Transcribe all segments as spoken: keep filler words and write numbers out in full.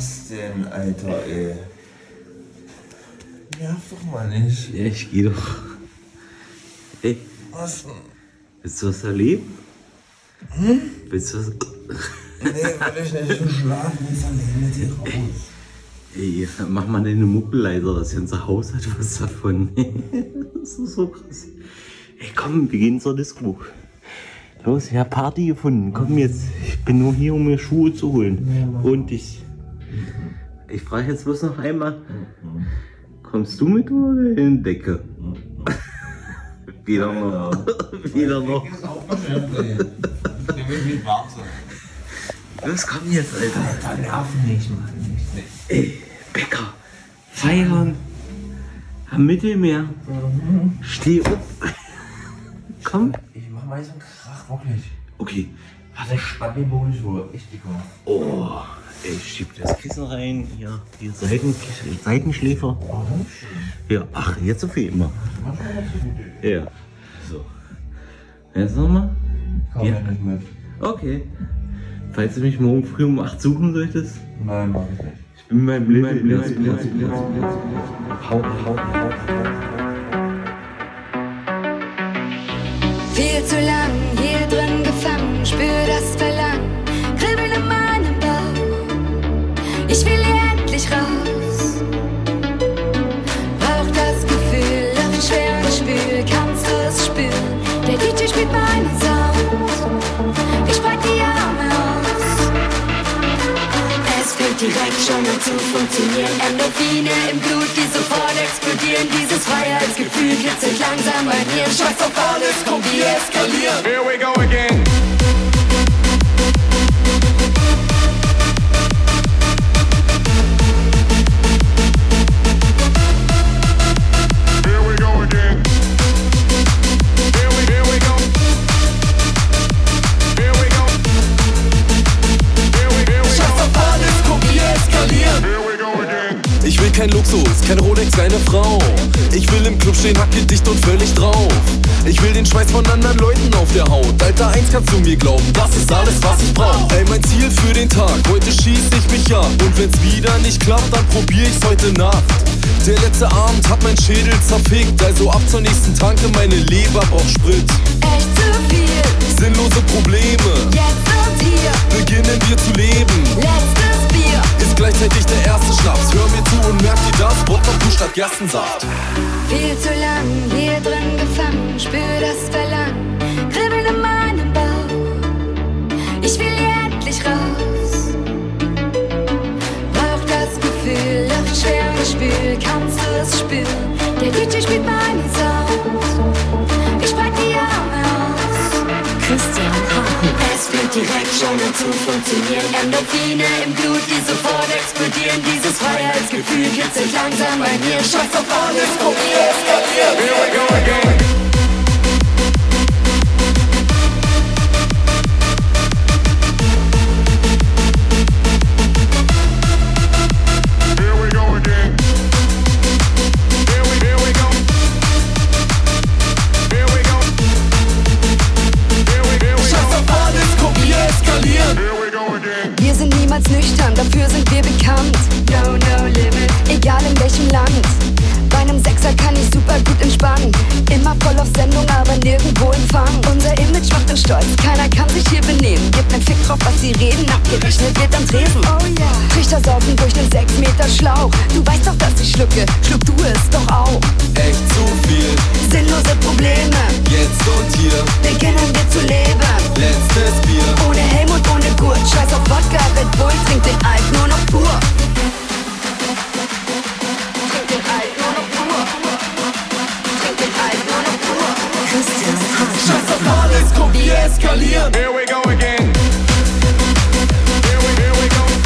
Was denn, Alter, ey? Nerv doch mal nicht. Ja, ich geh doch. Ey. Was denn? Willst du was erleben? Hm? Willst du was... Nee, will ich nicht. Ich will schlafen, ich alleine mit dir raus. Ey, mach mal deine Mucke leiser, das ganze Haus hat was davon. Das ist so krass. Ey, komm, wir gehen zur Disco. Los, ich hab Party gefunden. Komm jetzt, ich bin nur hier, um mir Schuhe zu holen. Und ich... Ich frage jetzt bloß noch einmal. Kommst du mit oder in die Decke? Wieder noch. Wieder noch. Los, komm jetzt, Alter. Alter, nerv nicht, Mann. Ey, Bäcker. Feiern. Am Mittelmeer. Mhm. Steh auf. Komm. Ich mach mal so einen Krach, wirklich. Okay. Warte, ich spann den Boden so. Ich dicker. Oh, ey, ich schieb das Kissen rein. Ja, die Seiten, Seitenschläfer. Ja, ach, jetzt so viel immer. Ja. So. Jetzt nochmal? Komm Ja. ja nicht mit. Okay. Falls du mich morgen früh um acht suchen solltest. Nein, mach ich nicht. Ich bin mein Blitzplatz. Hau, hau, hau. Viel zu lang hier drin gefangen, spür das Verlangen, kribbeln in meinem Bauch. Ich will hier endlich raus. Brauch das Gefühl, Luft schwer und schwül, kannst du es spüren? Der D J spielt meinen Sound. Ich breite die Arme aus. Es fängt direkt schon an zu funktionieren. Endorphine im Blut, die sofort explodieren. Dieses Freiheitsgefühl kitzelt langsam bei mir. Scheiß auf alles, komm, wir eskalieren. Here we go again. Here we go again. Here we, here we go. Here we go. Here we, here we go. Scheiß auf alles, komm, wir eskalieren. Here we go again. Ich will kein Luxus, kein Rolex, keine Frau. Ich will im Club stehen, hackedicht und völlig drauf. Ich will den Schweiß von anderen Leuten auf der Haut. Alter, eins kannst du mir glauben, das ist alles, was ich brauch. Ey, mein Ziel für den Tag, heute schieß ich mich ab. Und wenn's wieder nicht klappt, dann probier ich's heute Nacht. Der letzte Abend hat mein Schädel zerfickt. Also ab zur nächsten Tanke, meine Leber braucht Sprit. Echt zu viel, Sinnlose Probleme, jetzt und hier. beginnen wir zu leben. Letztes Bier. Ist gleichzeitig der erste Schnaps. Hör mir zu und merk dir das, Wodka statt Gerstensaft. Viel zu lang hier drin gefangen, spür das Verlangen, kribbeln in meinem Bauch. Ich will hier endlich raus. Brauch das Gefühl, Luft schwer und schwül, kannst du es spüren? Der D J spielt meinen Sound. Ich breite die Arme aus. Christian Harten. Es fängt direkt schon an zu funktionieren. Endorphine im Blut, die sofort explodieren. Dieses Freiheitsgefühl kitzelt langsam bei mir. Scheiß auf alles, komm, wir eskalieren. Here we go again. Here we go again. Here we, here we go. Here we go. Here we, here we Scheiß go. auf alles, komm, wir eskalieren. Here we go again. Wir sind niemals nüchtern, dafür sind wir bekannt. No, no limit, egal in welchem Land. Bei einem Sechser kann ich super gut entspannen. Immer voll auf Sendung, aber nirgendwo Empfang. Unser Image macht uns stolz, keiner kann sich hier benehmen. Gibt nen Fick drauf, was sie reden, abgerechnet wird am Tresen. Oh yeah. Trichter saufen durch nen sechs Meter Schlauch. Du weißt doch, dass ich schlucke, schluck du es doch auch. Echt zu viel, Sinnlose Probleme, jetzt und hier. beginnen wir zu leben. Letztes Bier. Ohne Helm und ohne Gurt, scheiß auf Wodka, Red Bull, trink den Alt nur noch pur. Trink den Alt nur noch pur. Trink den Alt nur noch pur. Christian Harten. Scheiß auf alles, komm, wir eskalieren. Here we go again. Here we, here we go.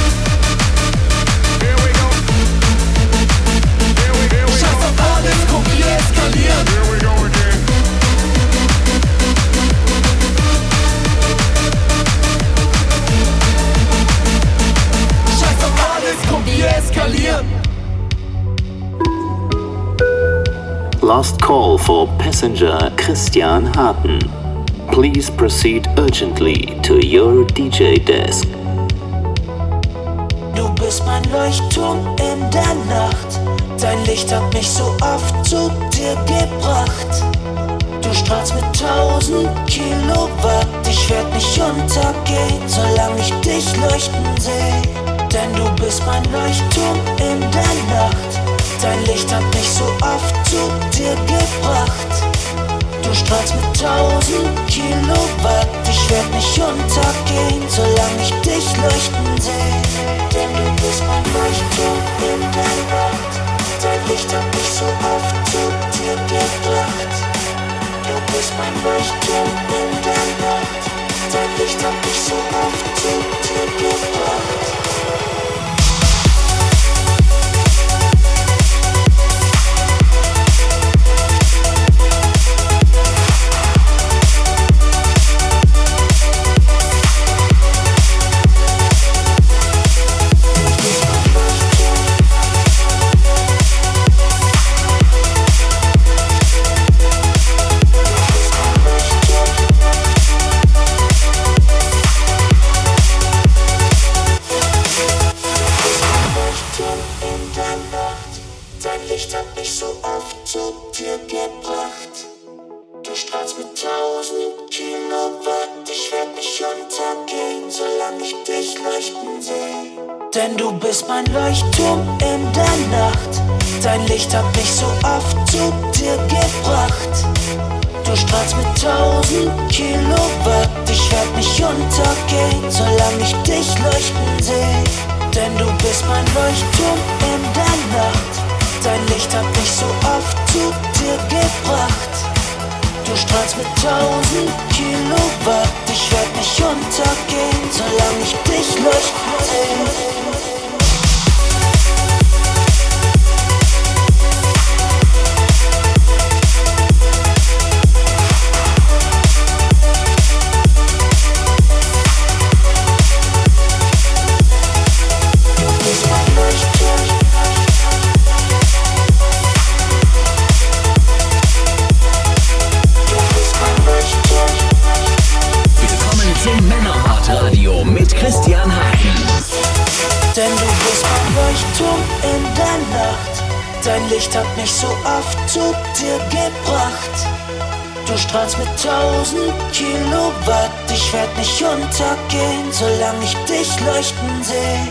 Here we go. Here we, here we Scheiß go. auf alles, komm, wir eskalieren. Here we go again. Scheiß auf alles, komm, wir eskalieren. Last call for passenger Christian Harten. Please proceed urgently to your D J desk. No bist mein Leuchtturm in der Nacht. Dein Licht hat mich so oft zu dir gebracht. Du strahlst mit tausend Kilowatt. Ich werd nicht untergehen, solange ich dich leuchten seh. Denn du bist mein Leuchtturm in der Nacht. Dein Licht hat mich so oft zu dir gebracht. Du strahlst mit tausend Kilowatt. Ich werd nicht untergehen, solange ich dich leuchten seh. Denn du bist mein Leuchtturm in der Nacht. Dein Licht hat mich so oft zu dir gebracht. Du bist mein Leuchtturm in der Nacht. Dein Licht hat mich so oft zu dir gebracht. Denn du bist mein Leuchtturm in der Nacht. Dein Licht hat mich so oft zu dir gebracht. Du strahlst mit tausend Kilowatt. Ich werd nicht untergehen, solange ich dich leuchten seh. Denn du bist mein Leuchtturm in der Nacht. Dein Licht hat mich so oft zu dir gebracht. Du strahlst mit tausend Kilowatt. Ich werd nicht untergehen, solange ich dich leuchten seh. Christian Harten. Denn du bist mein Leuchtturm in der Nacht. Dein Licht hat mich so oft zu dir gebracht. Du strahlst mit tausend Kilowatt. Ich werd nicht untergehen, solange ich dich leuchten seh.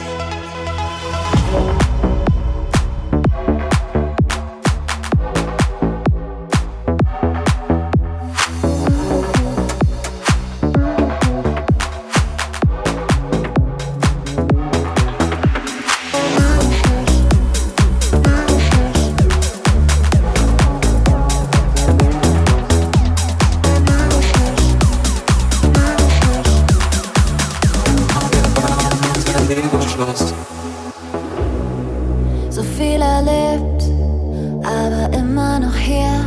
So viel erlebt, aber immer noch hier.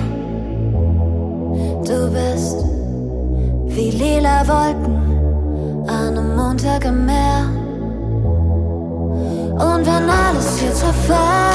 Du bist wie lila Wolken an einem Montag im Meer. Und wenn alles hier zerfällt,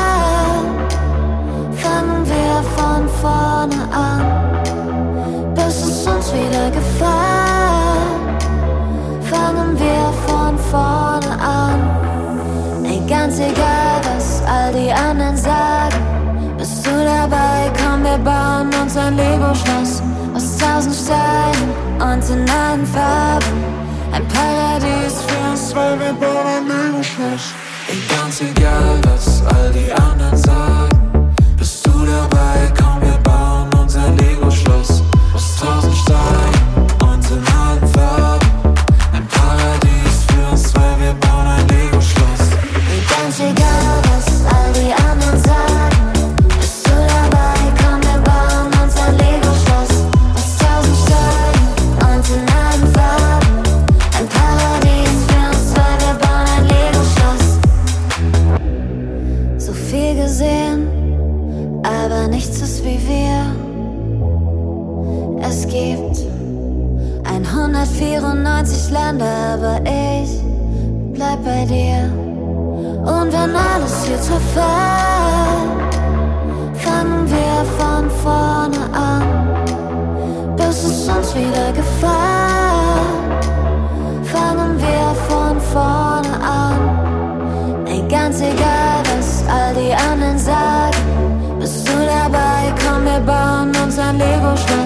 fangen wir von vorne an, bis es uns wieder gefällt. Fangen wir von vorne an. Ey, ganz egal, was all die anderen sagen, bist du dabei? Komm, wir bauen uns ein Lego-Schloss aus tausend Steinen und in allen Farben. Ein Paradies für uns, weil wir bauen ein Lego-Schloss. Ey, ganz egal, was all die anderen sagen, bist du dabei? Komm, wir bauen uns ein Lego-Schloss aus tausend Steinen und in allen Farben. Ein Paradies für uns, weil wir bauen ein Lego-Schloss. Ganz egal, was all die anderen sagen, bist du dabei? Komm, wir bauen uns ein Lego-Schloss aus tausend Steinen und in allen Farben. Ein Paradies für uns, weil wir bauen ein Lego-Schloss. So viel gesehen, aber nichts ist wie wir. Es gibt hundertvierundneunzig Länder, aber ich bleib bei dir. Und wenn alles hier zerfällt, fangen wir von vorne an, bis es uns wieder gefällt. Fangen wir von vorne an. Ey,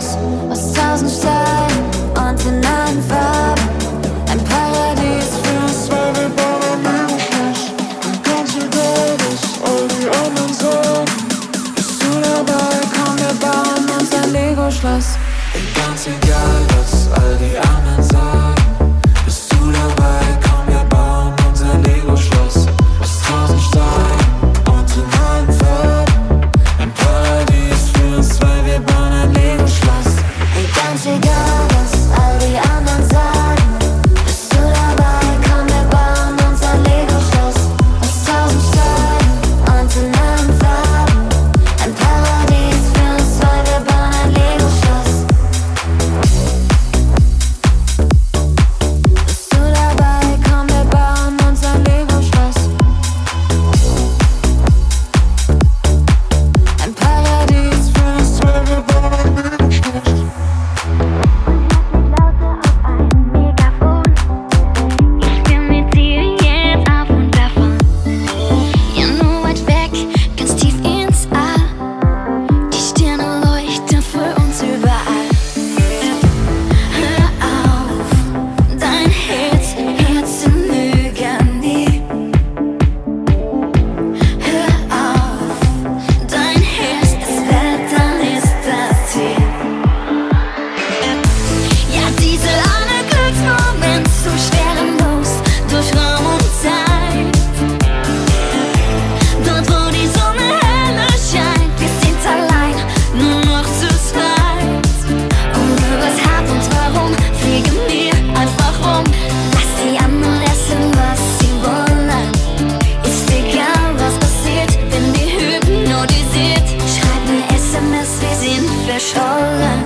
Schloss aus tausend Steinen und in allen Farben. Ein Paradies für uns, weil wir bauen ein Lego-Schloss. Und ganz egal, was all die anderen sagen, bist du dabei, komm, wir bauen uns ein Lego-Schloss. Und ganz egal, was all die anderen sagen, bist du dabei, komm, wir bauen uns ein Lego-Schloss. Aus tausend Steinen und in allen Farben. Ein Paradies für uns zwei, wir bauen ein Lego-Schloss. Hey, ganz egal, was all die anderen sagen, bist du dabei, komm, wir bauen uns ein Lego-Schloss. Aus tausend Steinen und in allen Farben. Ein Paradies für uns zwei, wir bauen ein Lego-Schloss. Bist du dabei, komm, wir bauen uns ein Lego-Schloss. Ein Paradies für uns zwei, wir bauen ein Lego-Schloss. Lauter auf einem Megafon. Ich bin mit dir jetzt auf und davon. Ja, nur weit weg, ganz tief ins All. Die Sterne leuchten für uns überall. Hör auf, dein Herz, Herzen lügen nie. Hör auf, dein Herz, das Wetter ist das Ziel. Ja, diese eine Glücksmoment, so schwerelos durch Raum und Zeit. Dort, wo die Sonne heller scheint, wir sind allein, nur noch zu zweit. Und was hat und warum fliegen wir einfach rum? Lass die anderen essen, was sie wollen. Ist egal, was passiert, wenn wir hypnotisiert. Schreib ne S M S, wir sind verschollen.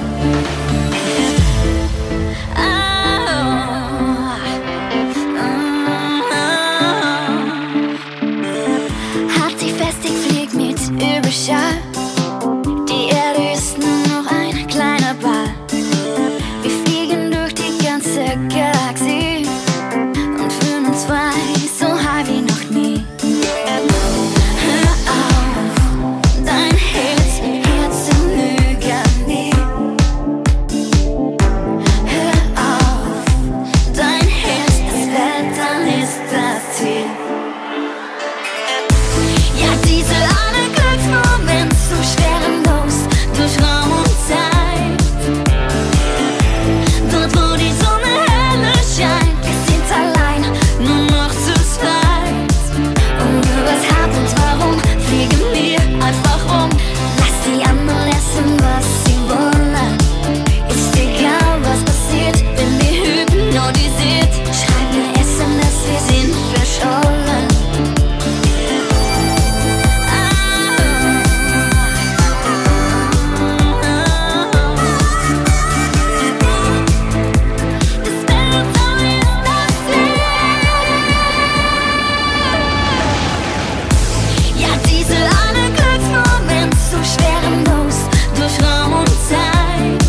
Halt dich fest, ich flieg mit Überschall. Die Erde ist nur noch ein kleiner Ball. Wir fliegen durch die ganze Galaxie und fühlen uns frei, so high wie noch nie. Hör auf, dein Herz, Herzen lügen nie. Hör auf, dein Herz, das Wetter ist das Ziel. Ja, diese eine Glücksmoment, so schwerelos durch Raum und Zeit. Dort, wo die Sonne heller scheint, wir sind allein, nur noch zu zweit. Und was hat und warum fliegen wir einfach rum? Lass die anderen essen, was sie wollen. Ist egal, was passiert, wenn wir hypnotisiert. Schreib ne S M S, wir sind verschollen. Ja, diese eine Glücksmoment, so schwerelos durch Raum und Zeit.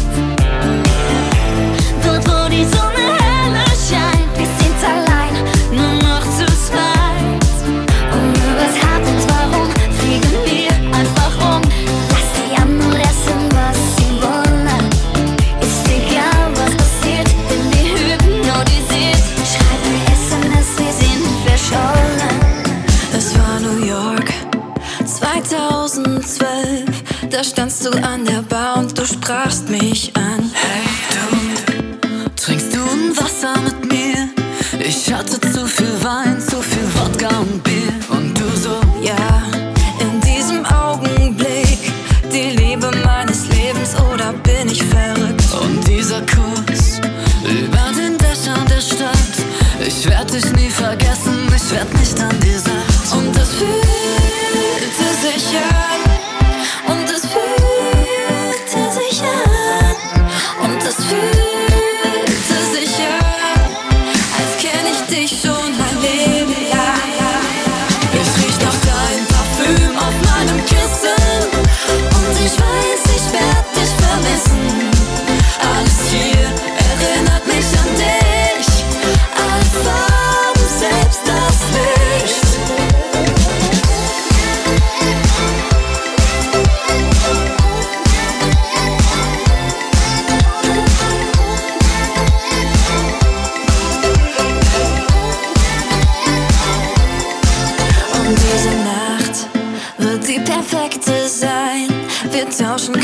Dort, wo die Sonne heller scheint, wir sind allein, nur noch zu zweit. Und was hat und warum fliegen wir einfach rum? Lass die anderen essen, was sie wollen. Ist egal, was passiert, wenn wir hypnotisiert. Schreib ne S M S, wir sind verschollen. Es war New York, zweitausendzwölf. Da standst du an der Bar und du sprachst mich an. Hey du, trinkst du ein Wasser mit mir? Ich hatte zu viel Wein, zu viel Wodka und Bier. Und du so, ja, in diesem Augenblick die Liebe meines Lebens, oder bin ich verrückt? Und dieser Kuss über den Dächern der Stadt, ich werd dich nie vergessen, ich werd nicht an dir satt. Und das fühlte sich an, und es fühlte sich an, und es fühlte sich an, als kenn ich dich schon mein Leben lang. Ich riech nach deinem Parfüm auf meinem Kissen, und ich weiß, ich werd dich vermissen. Alles hier erinnert mich an dich, alle Farben, selbst das Licht.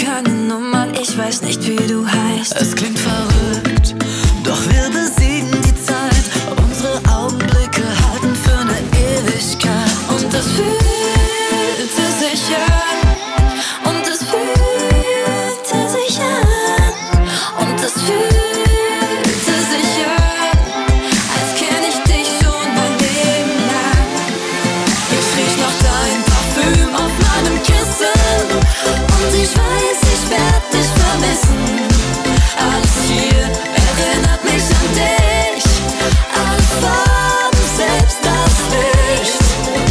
keine Nummern, ich weiß nicht, wie du heißt. Es klingt verrückt, doch wir besiegen die Zeit. Unsere Augenblicke halten für eine Ewigkeit. Und das fühlte sich an. Und es fühlte sich an. Und es fühlte sich an, als kenn ich dich schon mein Leben lang. Ich riech noch dein Parfüm auf meinem Kissen. Und ich weiß, ich werd dich vermissen. Alles hier erinnert mich an dich. Alle Farben, selbst das Licht.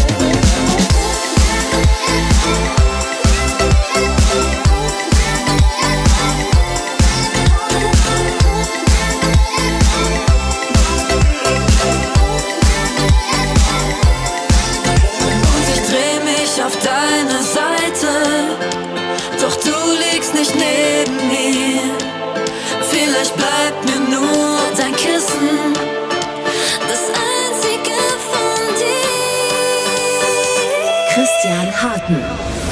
Und ich dreh mich auf deine Seite, doch du liegst nicht neben mir. Vielleicht bleibt mir nur dein Kissen, das einzige von dir. Christian Harten.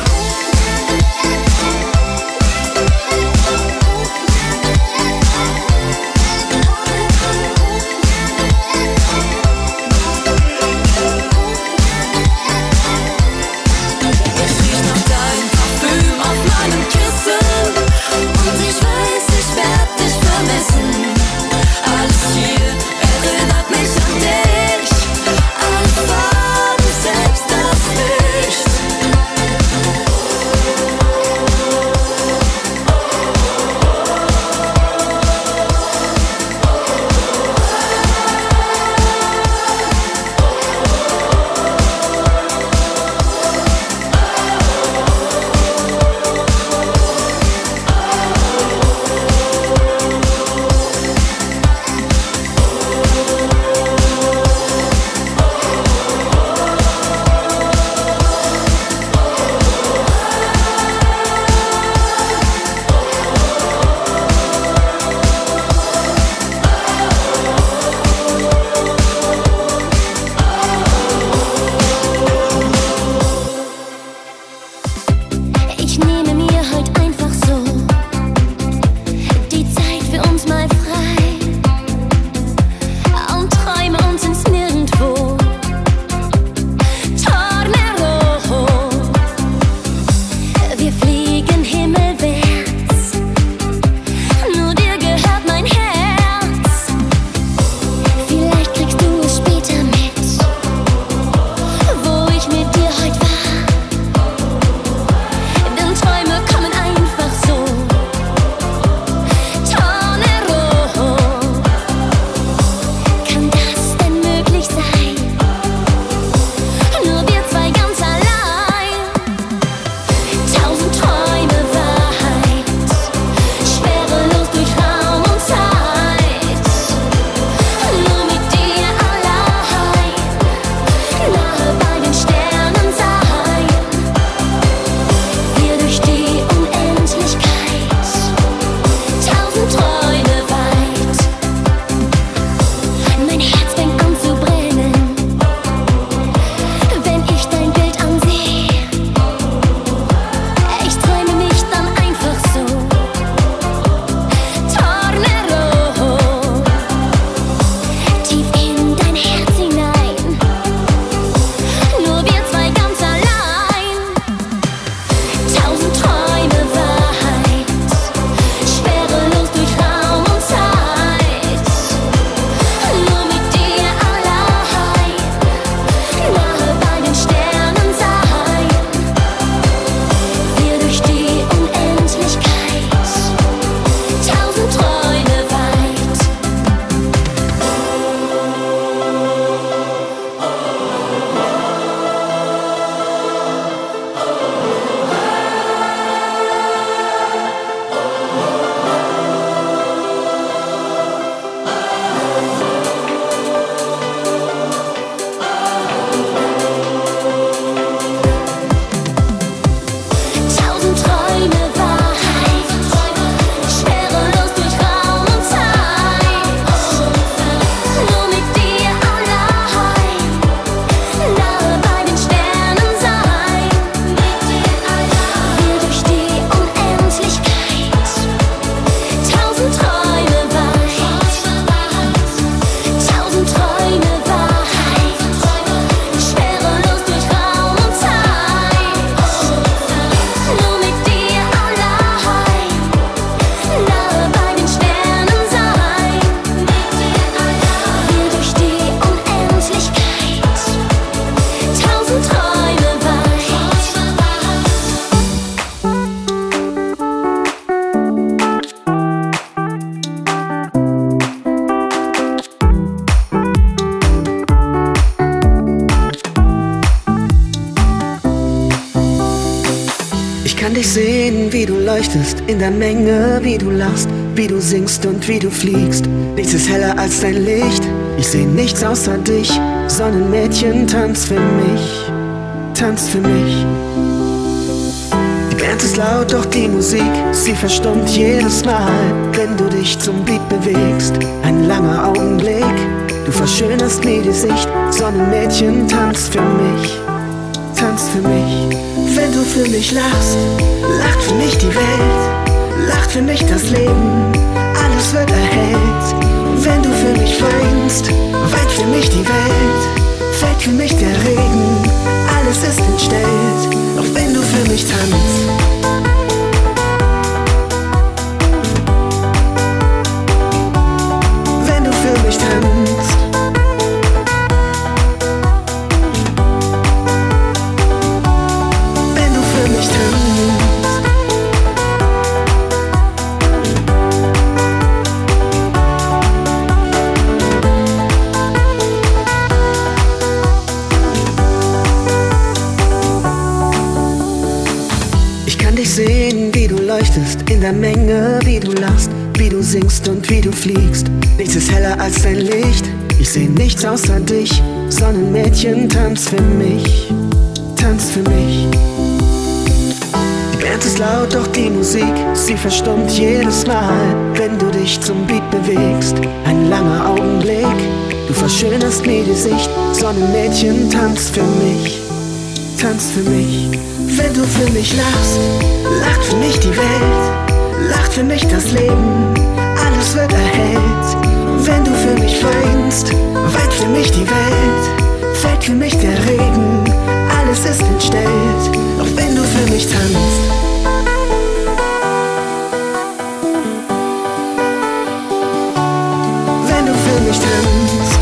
Ich riech noch dein Parfüm auf meinem Kissen. Und ich weiß, ich werd dich vermissen. Alles hier erinnert mich an dich. Alle Farben, selbst das Licht. leuchtest in der Menge, wie du lachst, wie du singst und wie du fliegst. Nichts ist heller als dein Licht, ich seh nichts außer dich. Sonnenmädchen, tanz für mich, tanz für mich. Die Band ist laut, doch die Musik, sie verstummt jedes Mal, wenn du dich zum Beat bewegst. Ein langer Augenblick, du verschönerst mir die Sicht. Sonnenmädchen, tanz für mich, tanz für mich. Wenn du für mich lachst, lacht für mich die Welt, lacht für mich das Leben, alles wird erhellt. Wenn du für mich weinst, weint für mich die Welt, fällt für mich der Regen, alles ist entstellt. Doch wenn du für mich tanzt, wenn du für mich tanzt, wenn du für mich tanzt. Sehen, wie du leuchtest in der Menge, wie du lachst, wie du singst und wie du fliegst. Nichts ist heller als dein Licht, ich seh nichts außer dich. Sonnenmädchen, tanz für mich, tanz für mich. Die Band ist laut, doch die Musik, sie verstummt jedes Mal, wenn du dich zum Beat bewegst. Ein langer Augenblick, du verschönerst mir die Sicht. Sonnenmädchen, tanz für mich, tanz für mich. Wenn du für mich lachst, lacht für mich die Welt, lacht für mich das Leben, alles wird erhellt. Wenn du für mich weinst, weint für mich die Welt, fällt für mich der Regen, alles ist entstellt. Doch wenn du für mich tanzt, wenn du für mich tanzt,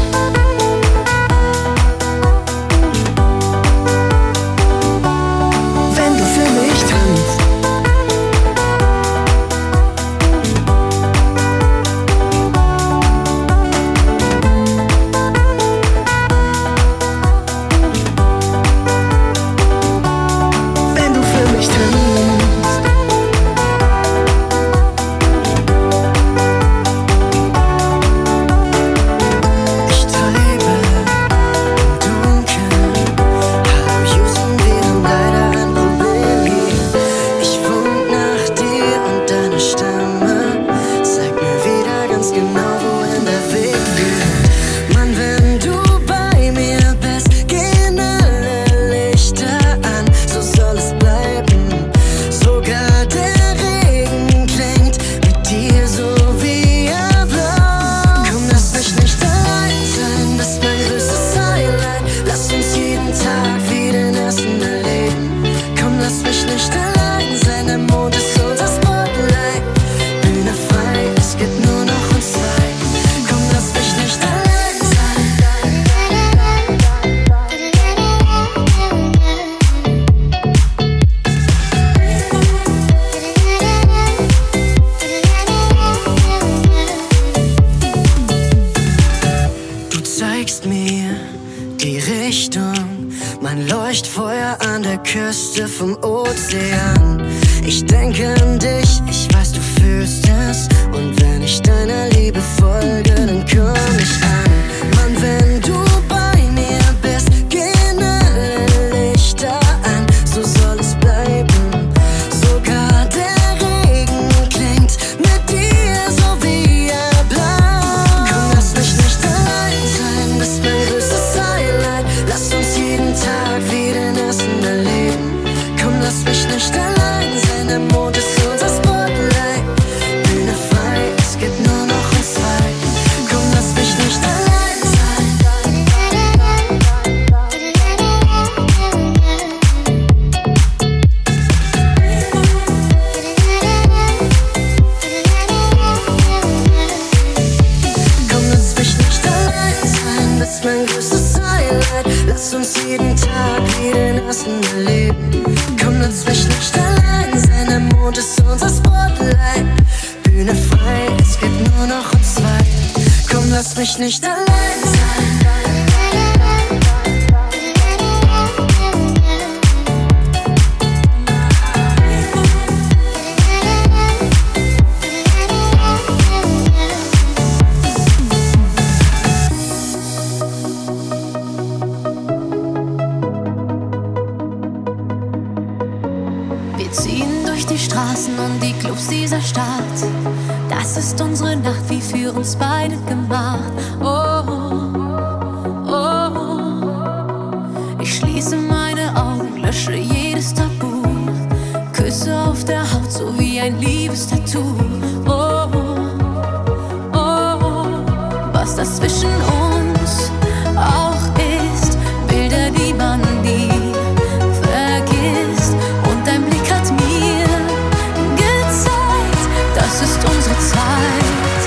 nicht allein sein. dieser Stadt. Das ist unsere Nacht, wie für uns beide gemacht. Oh, oh, ich schließe meine Augen, lösche jedes Tabu. Küsse auf der Haut, so wie ein Liebestattoo. Oh, oh, was das zwischen uns auch ist. Bilder, die man nie vergisst. Und dein Blick hat mir gezeigt, das ist unsere Zeit.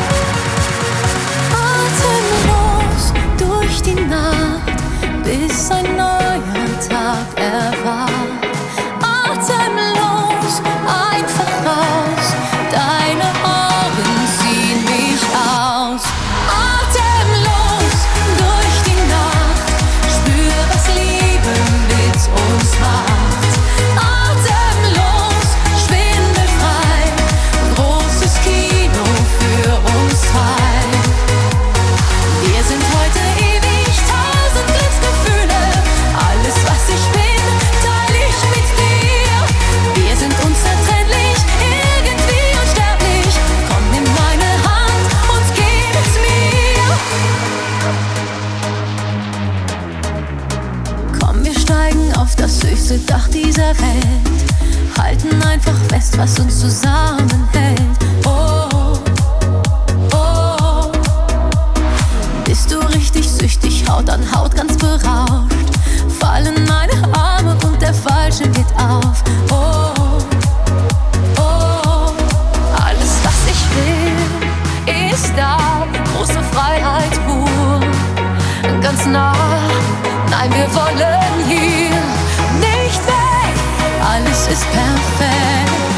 Atemlos durch die Nacht, bis ein neuer Tag erwacht. Atemlos, einfach raus, deine Augen ziehen mich aus. Atemlos durch die Nacht, spür, was Liebe mit uns macht. Atemlos, schwindelfrei, großes Kino für uns zwei. Wir sind heute ewig, tausend Glücksgefühle. Alles, was ich bin, teile ich mit dir. Wir sind unzertrennlich, irgendwie unsterblich. Komm, nimm meine Hand und gib es mir. Komm, wir steigen auf das höchste Dach dieser Welt. Halten einfach fest, was uns zusammenhält. Oh, oh, bist du richtig süchtig, Haut an Haut ganz berauscht. Fallen meine Arme und der Fallschirm geht auf. Oh, oh, alles was ich will ist da. Große Freiheit pur, ganz nah. Nein, wir wollen hier nicht weg. Alles ist perfekt.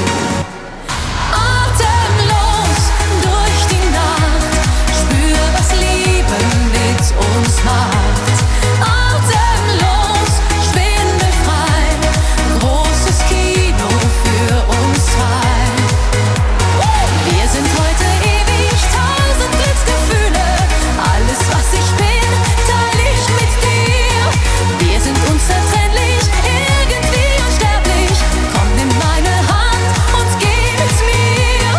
Atemlos durch die Nacht, spür, was Liebe mit uns macht. Atemlos, schwindelfrei, großes Kino für uns zwei. Wir sind heute ewig, tausend Glücksgefühle. Alles, was ich bin, teile ich mit dir. Wir sind unzertrennlich, irgendwie unsterblich. Komm, nimm meine Hand und gib es mir.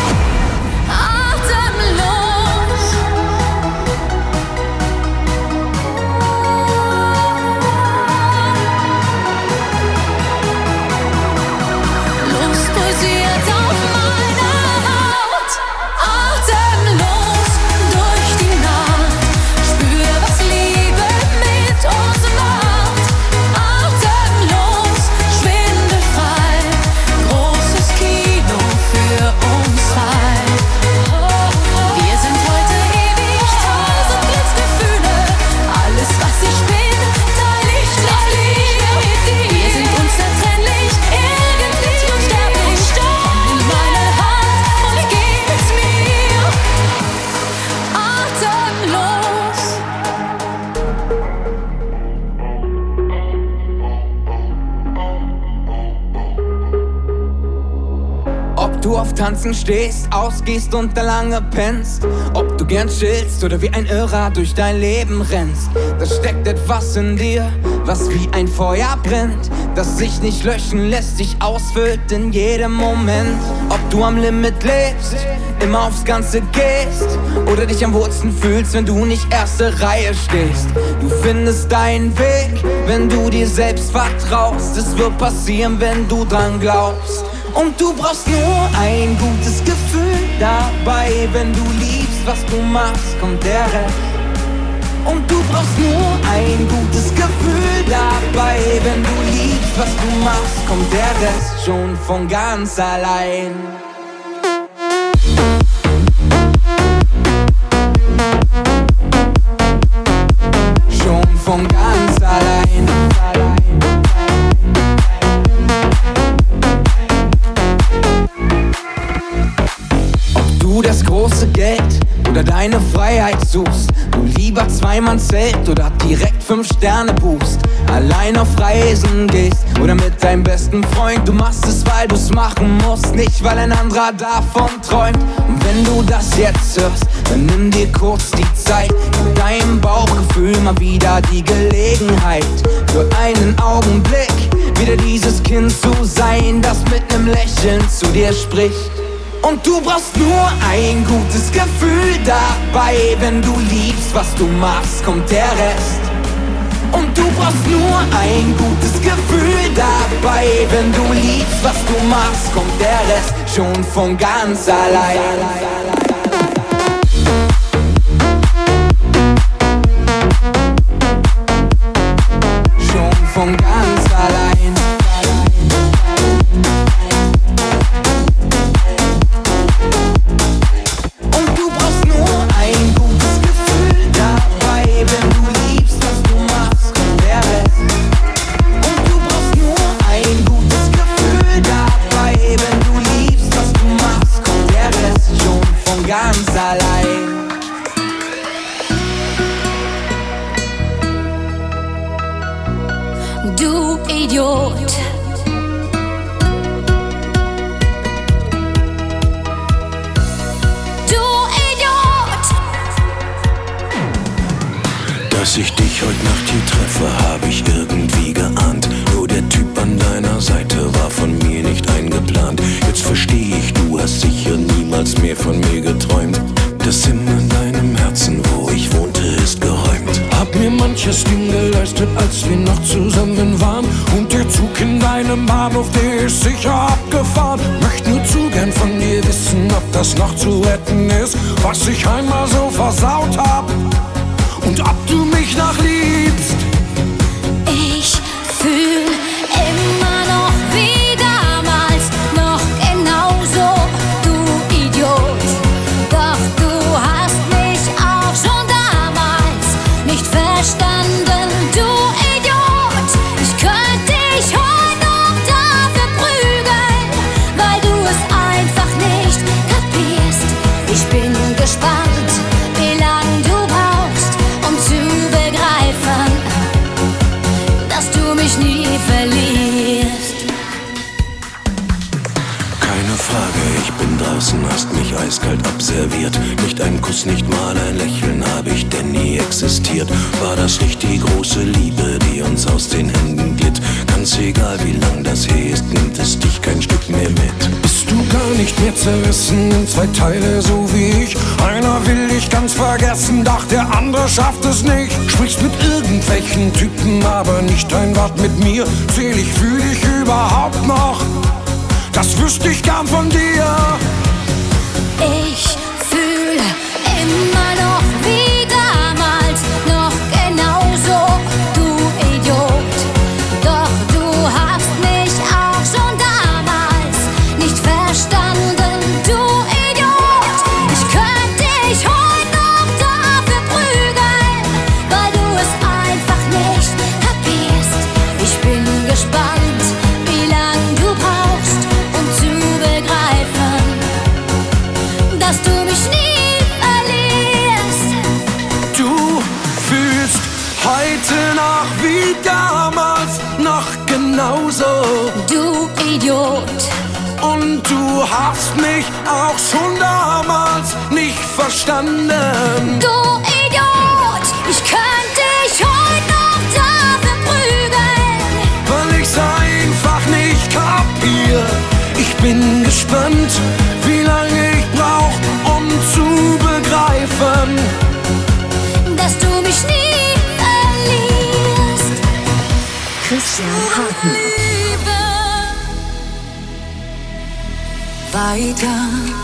Atemlos. Lust pulsiert auf meiner Haut. Atemlos durch die Nacht, spür, was Liebe mit uns macht. Atemlos, schwindelfrei, großes Kino für uns zwei. Wir sind heute ewig, tausend Glücksgefühle. Alles, was ich bin, teile ich mit dir. Wir sind unzertrennlich, irgendwie unsterblich. Komm, nimm meine Hand und gib es mir. Atemlos. Ob du auf Tanzen stehst, ausgehst und da lange pennst, ob du gern chillst oder wie ein Irrer durch dein Leben rennst, da steckt etwas in dir, was wie ein Feuer brennt, das sich nicht löschen lässt, sich ausfüllt in jedem Moment. Ob du am Limit lebst, immer aufs Ganze gehst oder dich am wohlsten fühlst, wenn du nicht erste Reihe stehst. Du findest deinen Weg, wenn du dir selbst vertraust. Es wird passieren, wenn du dran glaubst. Und du brauchst nur ein gutes Gefühl dabei. Wenn du liebst, was du machst, kommt der Rest. Und du brauchst nur ein gutes Gefühl dabei. Wenn du liebst, was du machst, kommt der Rest schon von ganz allein. Schon von ganz allein. Ob du das große Geld oder deine Freiheit suchst, du lieber Zweimann-Zelt oder direkt fünf Sterne buchst, allein auf Reisen gehst oder mit deinem besten Freund. Du machst es, weil du's machen musst, nicht weil ein anderer davon träumt. Und wenn du das jetzt hörst, dann nimm dir kurz die Zeit, gib deinem Bauchgefühl mal wieder die Gelegenheit, für einen Augenblick wieder dieses Kind zu sein, das mit nem Lächeln zu dir spricht. Und du brauchst nur ein gutes Gefühl dabei, wenn du liebst, was du machst, kommt der Rest. Und du brauchst nur ein gutes Gefühl dabei, wenn du liebst, was du machst, kommt der Rest schon von ganz allein. Schon von ganz allein. Und du brauchst nur ein gutes Gefühl dabei, wenn du liebst, was du machst, kommt der Rest. Und du brauchst nur ein gutes Gefühl dabei, wenn du liebst, was du machst, kommt der Rest schon von ganz allein. Du Idiot. Du Idiot. Dass ich dich heute Nacht hier treffe, hab ich irgendwie geahnt. Nur der Typ an deiner Seite war von mir nicht eingeplant. Jetzt versteh ich, du hast sicher niemals mehr von mir geträumt. Das Zimmer in deinem Herzen, wo ich wohnte, ist geräumt. Hab mir manches Ding geleistet, als wir noch zusammen waren. Und der Zug in deinem Bahnhof, der ist sicher abgefahren. Möcht nur zu gern von dir wissen, ob das noch zu retten ist, was ich einmal so versaut hab. Und ob du mich noch liebst. Ich fühl immer noch wie damals, noch genauso, du Idiot. Doch du hast mich auch schon damals nicht verstanden, du Idiot. Ich könnte dich heute noch dafür prügeln, weil du es einfach nicht kapierst. Ich bin gespannt, wie lang du brauchst, um zu begreifen, dass du mich nie verlierst. Keine Frage, ich bin draußen, hast mich eiskalt observiert. Nicht ein Kuss, nicht mal ein Lächeln hab ich denn nie existiert. War das nicht die große Liebe, die uns aus den Händen glitt? Ganz egal wie lang das her ist, nimmt es dich kein Stück mehr mit. Bist du gar nicht mehr zerrissen in zwei Teile, so wie ich? Einer will dich ganz vergessen, doch der andere schafft es nicht. Sprichst mit irgendwelchen Typen, aber nicht ein Wort mit mir. Zähl ich, fühl dich überhaupt noch? Das wüsste ich gern von dir. Ich fühl immer noch wie damals, noch genauso, du Idiot. Doch du hast mich auch schon damals nicht verstanden, du Idiot. Ich könnte dich heute noch dafür prügeln, weil du es einfach nicht kapierst. Ich bin gespannt, wie lang du brauchst, um zu begreifen, dass du mich nie verlierst. Du fühlst heute noch wie damals, noch genauso. Du Idiot. Und du hast mich auch schon damals nicht verstanden. Du Idiot. Ich könnte dich heute noch dafür prügeln, weil ich's einfach nicht kapier. Ich bin gespannt, wie lange ich brauch, um zu begreifen, dass du mich nie verlierst. Christian Harten. Weiter,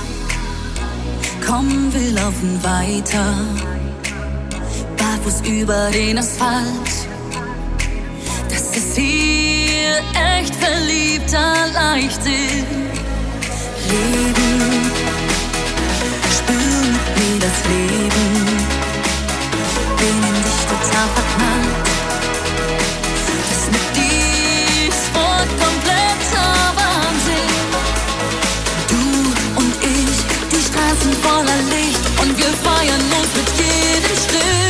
komm, wir laufen weiter, barfuß über den Asphalt. Das ist hier echt verliebter Leichtsinn. Leben, spür mit mir das Leben, bin in dich total verknallt. Das mit dir ist voll kompletter Wahnsinn. Du und ich, die Straßen voller Licht, und wir feiern uns mit jedem Schritt.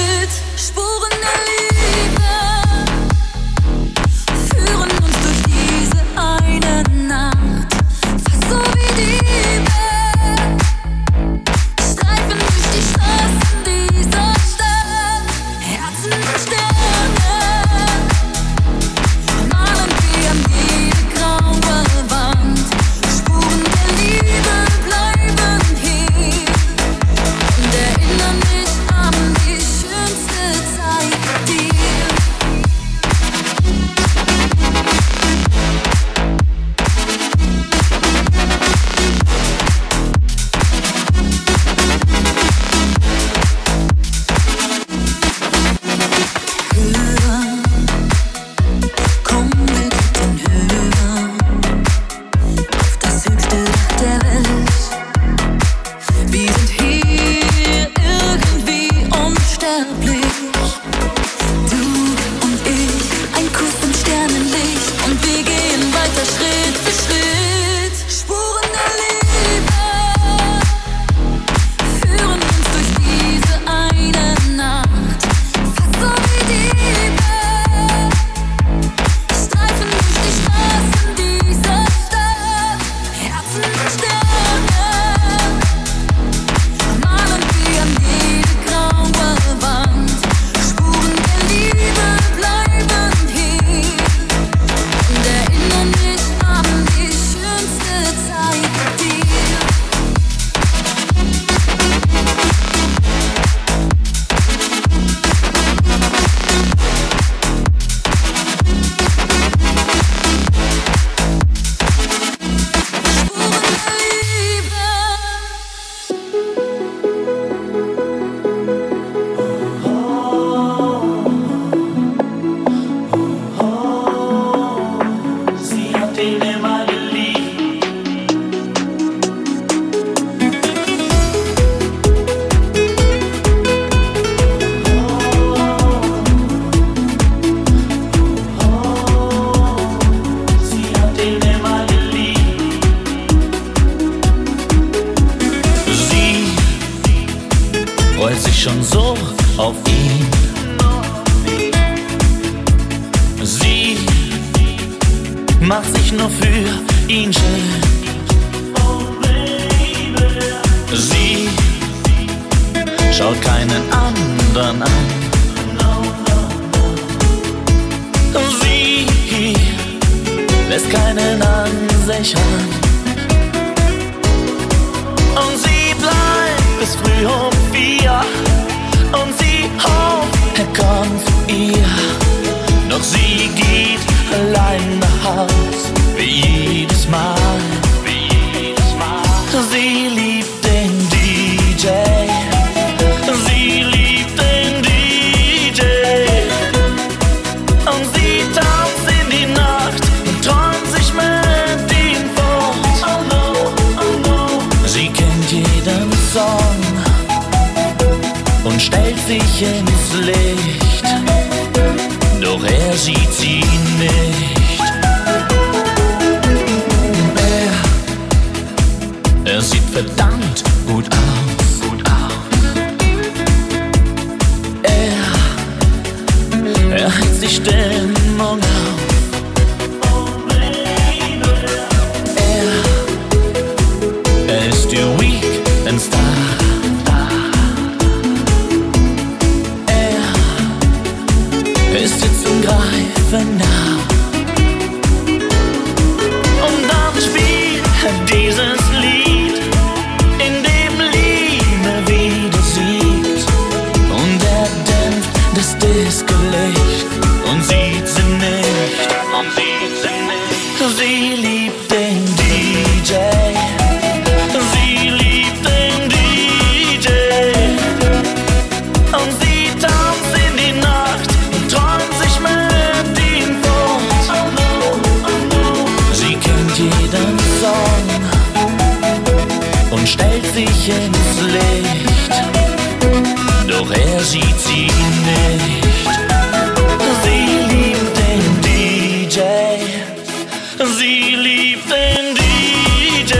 sich schon so auf ihn. Sie macht sich nur für ihn schön. Sie schaut keinen anderen an. Sie lässt keinen an sich ran. Und sie bleibt bis früh um vier. Und sie hofft, er kommt zu ihr. Doch sie geht allein nach Haus, wie jedes Mal. Wie jedes Mal. Sie liebt den D J. Sie liebt den D J. Und sie tanzt in die Nacht und träumt sich mit ihm fort. Oh no, oh no. Sie kennt jeden Song und stellt sich ins Licht. Doch er sieht sie nicht. Er, er sieht verdammt gut aus. Gut aus. Er, er heizt die Stimmung auf. Er, er ist der Weekend-Star. Er ist jetzt zum Greifen nah. Und dann spielt er dieses Lied, in dem Liebe wieder siegt. Und er dämpft das Disco-Licht und sieht sie nicht. Und sieht sie nicht. Sie liebt den D J. Sie liebt den D J. Und sie tanzt in die Nacht und träumt sich mit ihm fort. Oh no, oh no. Sie kennt jeden Song und stellt sich ins Licht. Doch er sieht sie nicht. Sie liebt den D J. Sie liebt den D J.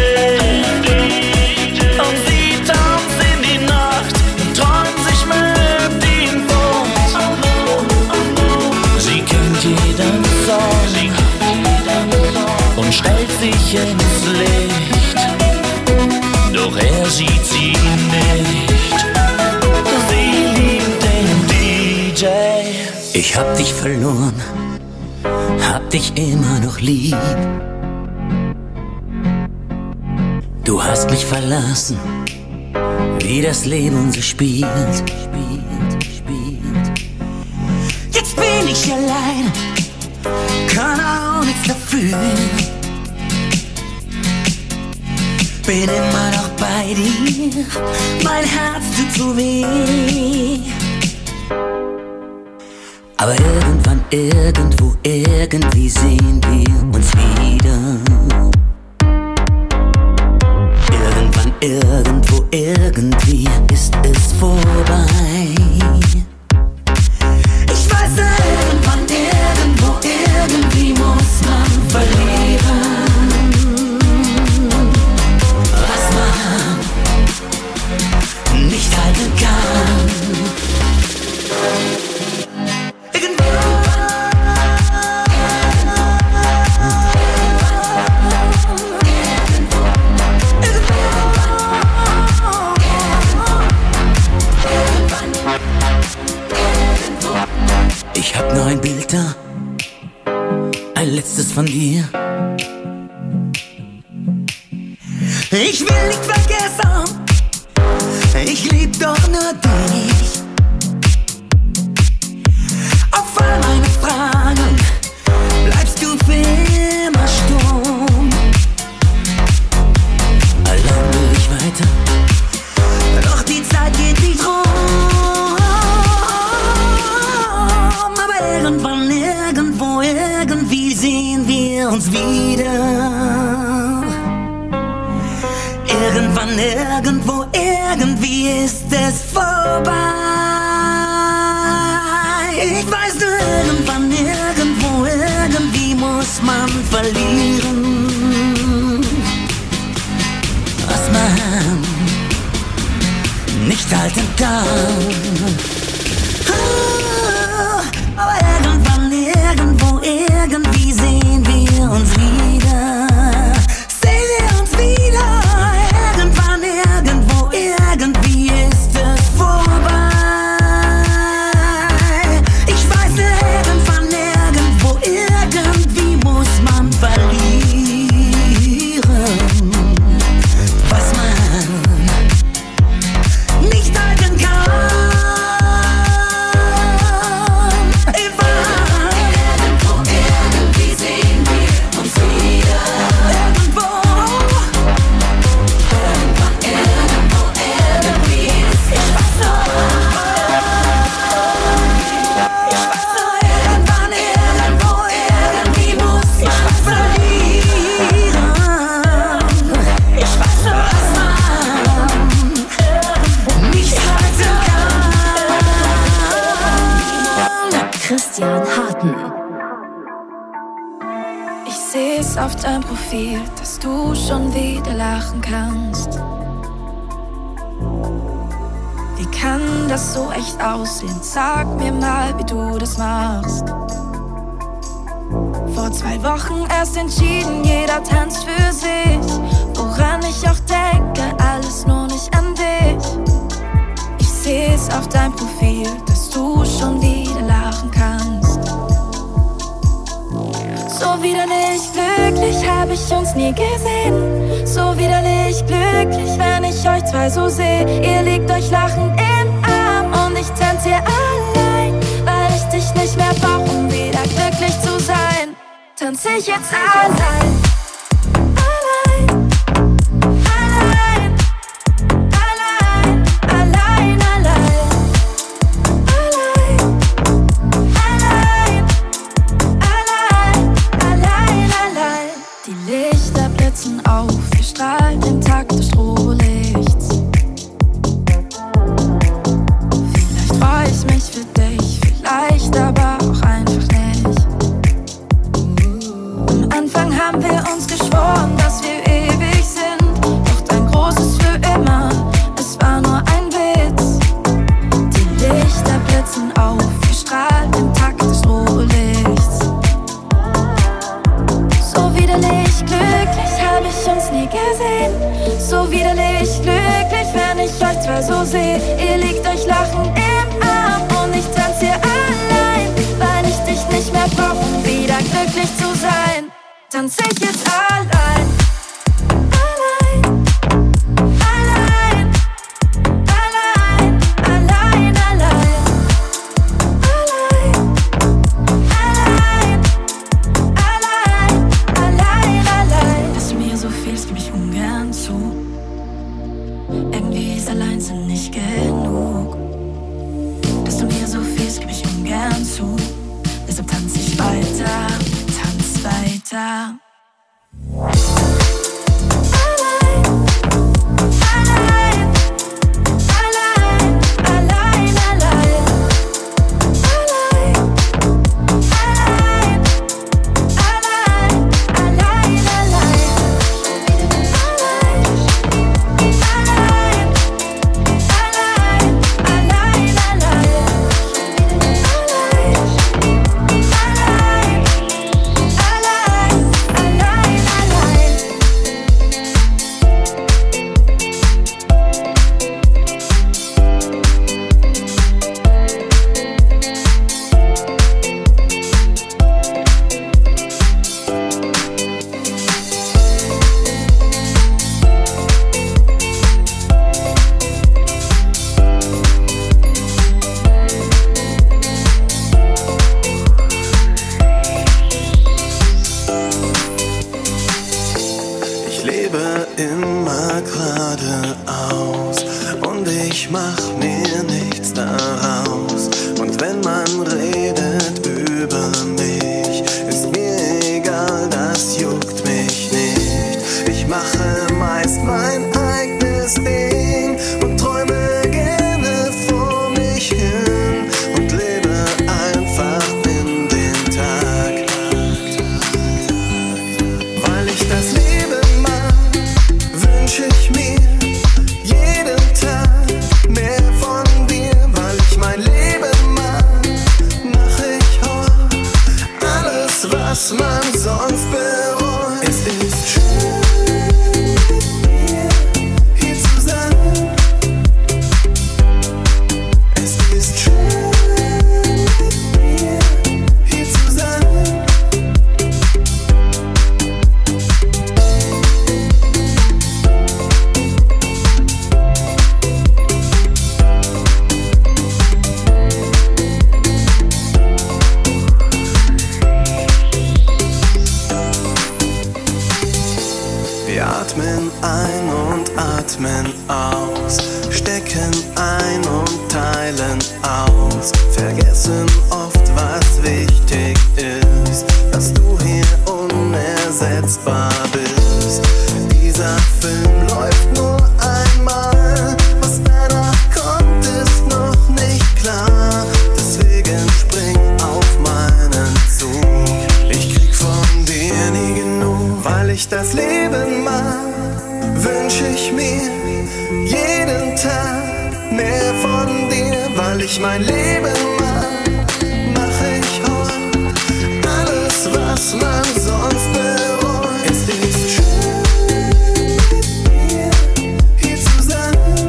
Und sie tanzt in die Nacht und träumt sich mit ihm fort. Oh no, oh no. Sie kennt jeden Song und stellt sich ins Licht. Doch er sieht sie nicht. Sie liebt den D J. Ich hab dich verloren, hab dich immer noch lieb. Du hast mich verlassen, wie das Leben so spielt. Spielt, spielt. Jetzt bin ich allein, kann auch nichts dafür. Bin immer noch bei dir, mein Herz tut so weh. Aber irgendwann, irgendwo, irgendwie sehen wir uns wieder. Irgendwann, irgendwo, irgendwie ist es vorbei. Ich weiß, irgendwann, irgendwo, irgendwie muss man verlieren. Was man nicht halten kann. Ich hab noch ein Bild da, ein letztes von dir. Ich will nicht vergessen, ich lieb doch nur dich. Auf all meine Fragen bleibst du für immer stumm. Allein will ich weiter, doch die Zeit geht nicht rum. Irgendwann, irgendwo, irgendwie sehen wir uns wieder. Irgendwann, irgendwo, irgendwie ist es vorbei. Ich weiß nur, irgendwann, irgendwo, irgendwie muss man verlieren. Was man nicht nicht halten kann. Ah, aber irgendwann, irgendwo, irgendwie sehen wir uns wieder. Sehen wir uns wieder. Irgendwann, irgendwo, irgendwie ist es vorbei. Ich weiß, irgendwann, irgendwo, irgendwie muss man verlieren, was man nicht halten kann. Irgendwo, irgendwie sehen wir uns wieder. Irgendwo, irgendwann, irgendwo, irgendwie ist ich weiß noch. Ich weiß noch, irgendwann, irgendwo, irgendwie muss man verlieren. Ich weiß noch, was man nicht halten kann. Christian Harten. Ich seh's auf deinem Profil, dass du schon wieder lachen kannst. Wie kann das so echt aussehen? Sag mir mal, wie du das machst. Vor zwei Wochen erst entschieden, jeder tanzt für sich. Woran ich auch denke, alles nur nicht an dich. Ich seh's auf deinem Profil, dass du schon wieder lachen kannst. So widerlich glücklich hab ich uns nie gesehen. So widerlich glücklich, wenn ich euch zwei so seh. Ihr liegt euch lachend im Arm und ich tanz hier allein, weil ich dich nicht mehr brauch, um wieder glücklich zu sein. Tanz ich jetzt allein. Allein, allein, allein, allein, allein. Allein, allein. Die Lichter blitzen auf, wir strahlen den Takt des Strohlichts. Vielleicht freu ich mich für dich, vielleicht aber auch einfach nicht. Am Anfang haben wir uns geschworen, dass wir ewig sind. Doch dein großes für immer, es war nur ein Witz. Die Lichter blitzen auf, wir strahlen den Takt des Strohlichts. So widerlich glücklich hab ich uns nie gesehen. So widerlich glücklich, wenn ich euch zwei so seh. Ihr liegt euch lachend im Arm und ich tanz hier allein, weil ich dich nicht mehr brauch, um wieder glücklich zu sein. Tanz ich jetzt allein. Allein, allein, allein, allein, allein. Allein, allein, allein, allein. Dass du mir so fehlst, geb ich ungern zu. Irgendwie ist allein sind nicht genug. Dass du mir so fehlst, geb ich ungern zu. Deshalb tanz ich weiter, tanz weiter. Wünsch ich mir jeden Tag mehr. atmen aus, stecken ein und teilen aus, vergessen oft, was wichtig ist, dass du hier unersetzbar bist. Dieser Film läuft nur einmal, was danach kommt, ist noch nicht klar. Deswegen spring auf meinen Zug. Ich krieg von dir nie genug, weil ich das Leben mag. Wünsch ich mir jeden Tag mehr von dir, weil ich mein Leben mag. Mach ich heute alles, was man sonst bereut. Es ist schön, mit dir hier zu sein.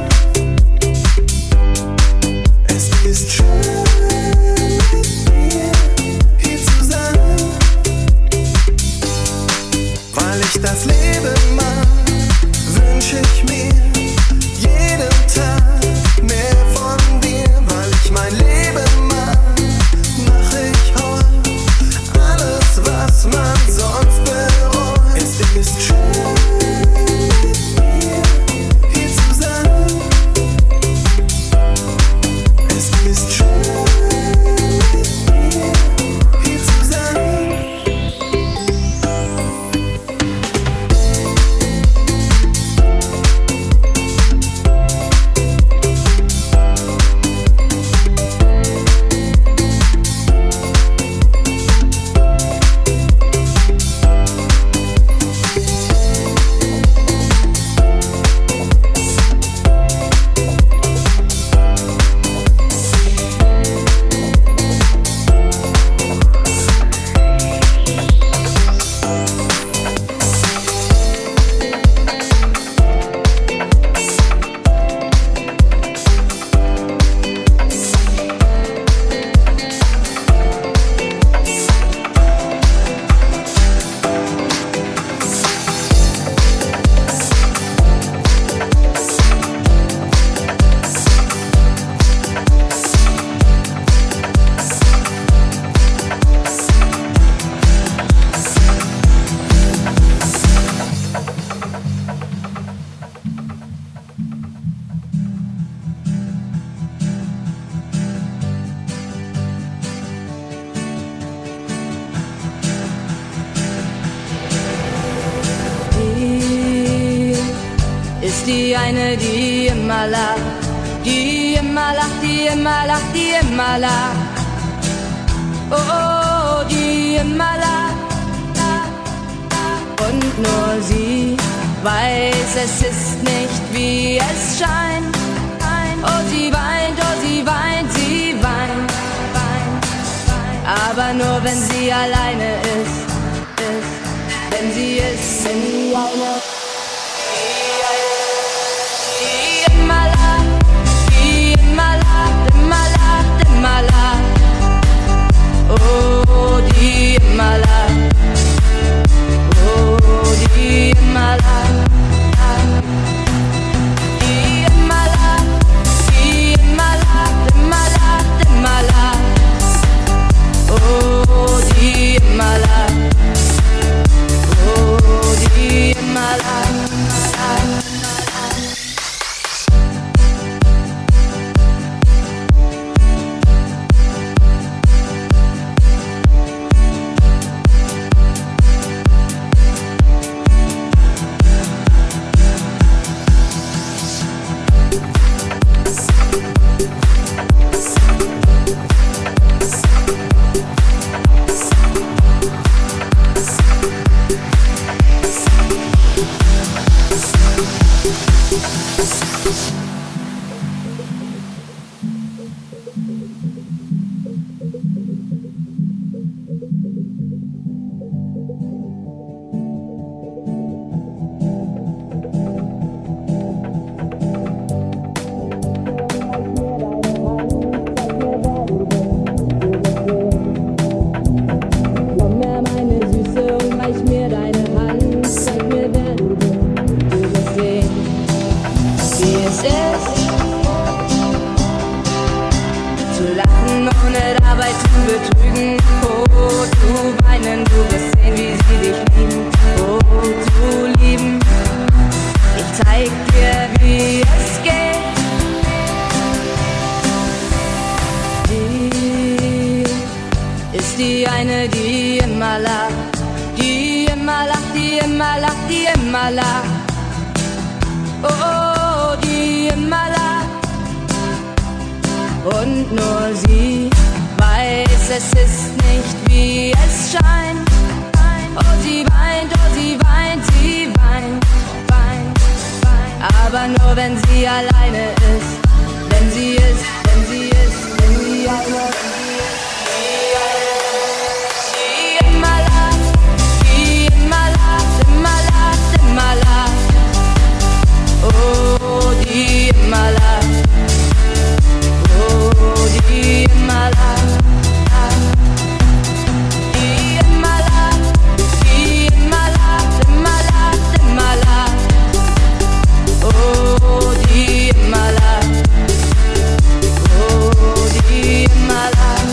Es ist schön, mit dir hier zu sein, weil ich das Leben mag. Wünsch ich mir jeden Tag mehr von dir, weil ich mein Leben mag. Mach ich heute alles, was man sonst bereut. Es ist schön, mit dir hier zu sein. Es ist schön, mit dir hier zu sein. Die eine, die immer lacht, die immer lacht, die immer lacht, die immer lacht. Oh, oh, die immer lacht. Und nur sie weiß, es ist nicht, wie es scheint. Oh, sie weint, oh, sie weint, sie weint. Aber nur, wenn sie alleine ist, ist. Wenn sie ist, wenn sie alleine ist. Immer lacht, oh, die immer lacht, oh, die immer lacht, die immer lacht, die immer lacht, immer lacht, immer lacht, oh, die immer lacht, oh, die immer lacht. zeig dir, wie es geht. Die ist die eine, die immer lacht, die immer lacht, die immer lacht, die immer lacht. Oh, oh, die immer lacht. Und nur sie weiß, es ist nicht, wie es scheint. Oh, sie weint, oh, sie weint, sie weint, weint, weint. Aber nur, wenn sie alleine ist. Wenn sie ist, wenn sie ist, wenn sie alleine ist. Die immer lacht, die immer lacht, immer lacht, immer lacht. Oh, die immer lacht. Oh, die immer lacht. Die immer lacht, die immer lacht, immer lacht, immer lacht. Oh, die immer lacht. Oh, die immer lacht.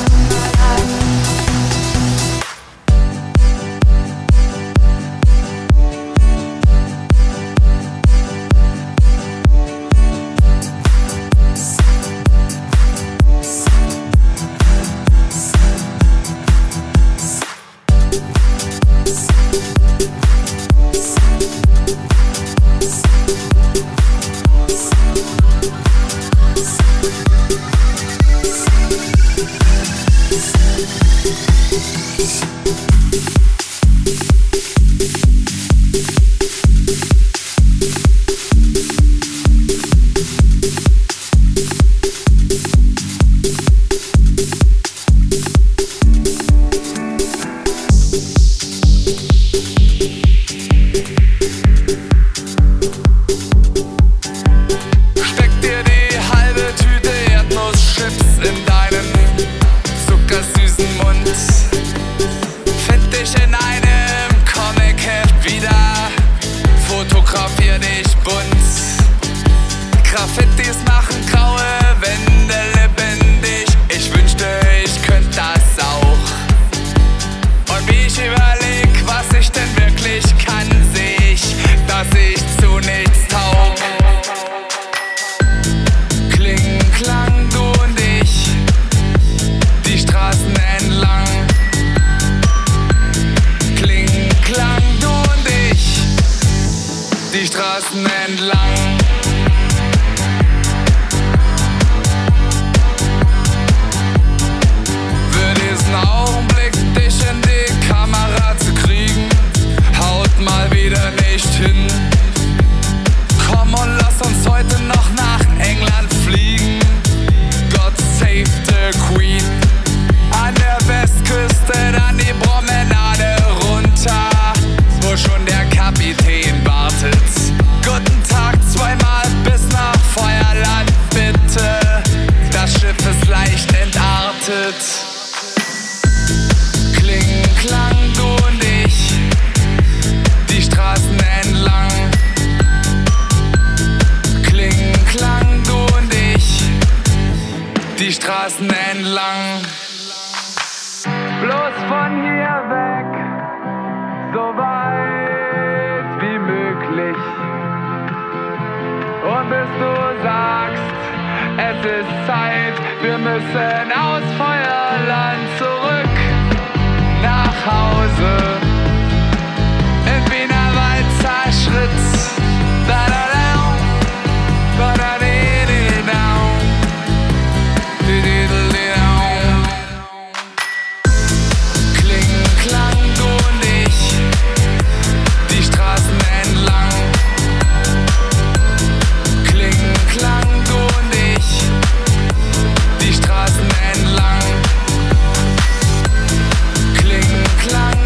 Kling, klang.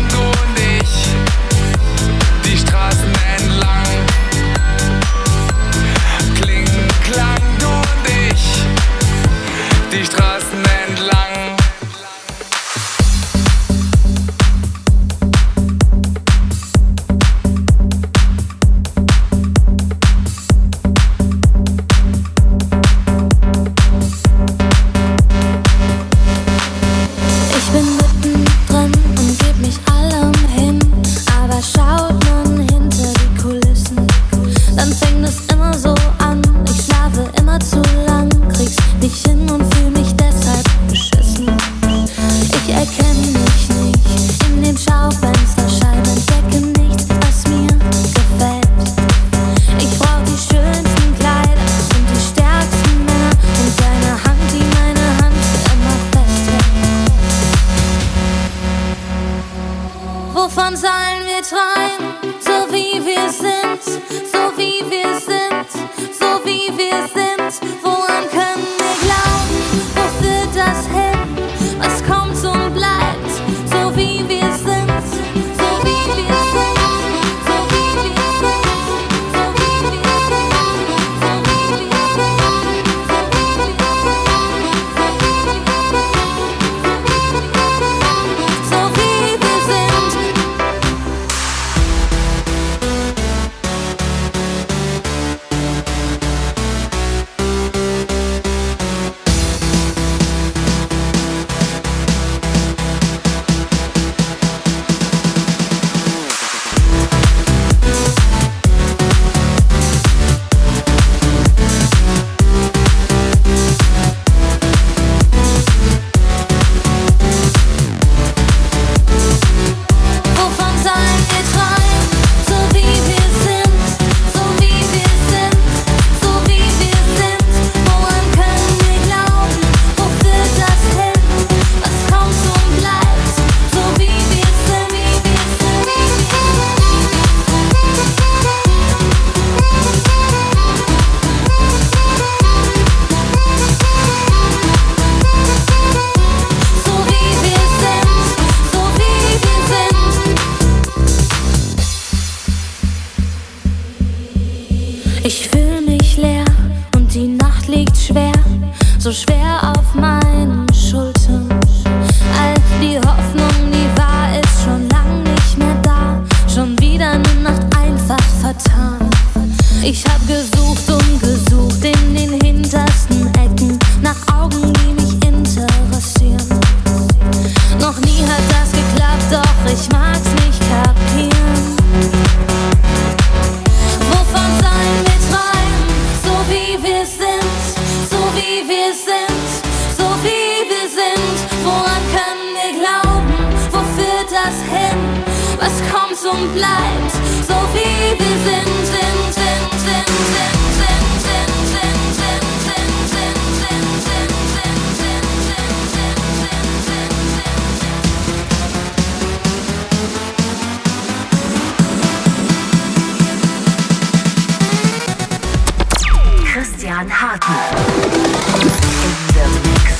leer und die Nacht liegt schwer, so schwer auf meinen Schultern. All die Hoffnung, die war, ist schon lang nicht mehr da, schon wieder eine Nacht einfach vertan. Ich hab gesucht und gesucht in den hintersten Ecken nach Augen, die mich interessieren. Noch nie hat das geklappt, doch ich mag's nicht kapieren. Wovon sollen wir träumen, so wie wir sind, so wie wir sind, so wie wir sind. Woran können wir glauben, wo führt das hin? Was kommt und bleibt, so wie wir sind, sind, sind, sind, sind, sind, sind, sind, sind, sind, sind, sind, sind, sind, sind. Christian Harten in der Mix.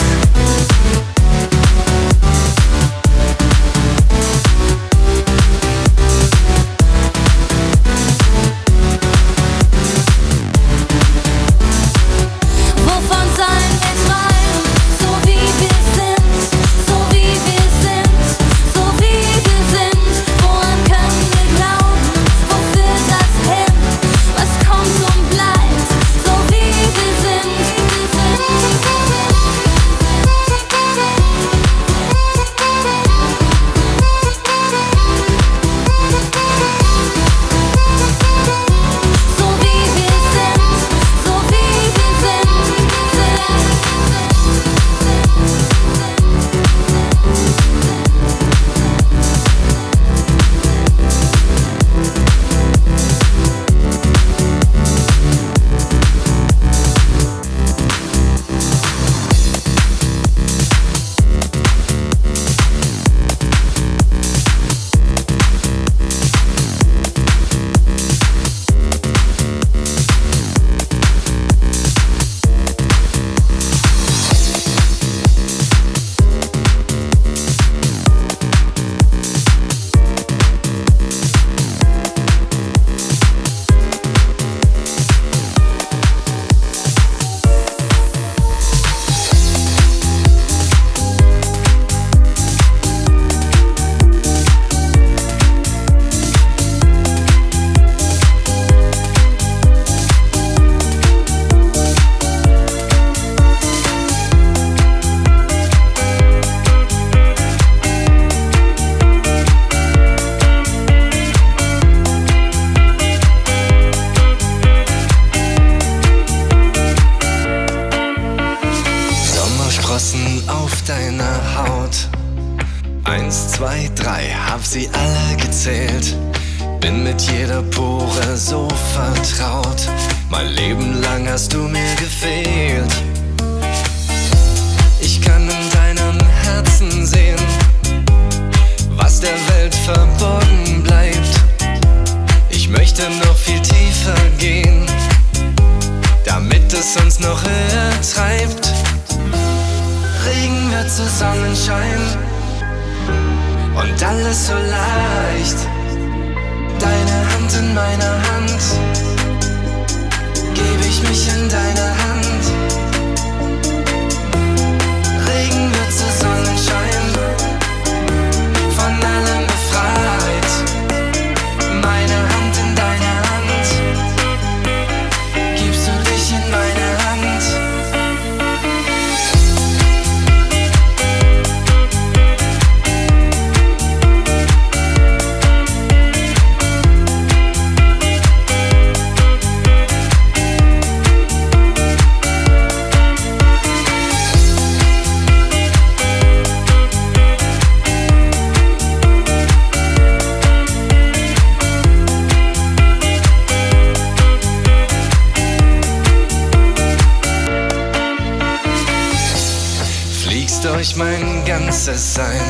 Durch mein ganzes Sein,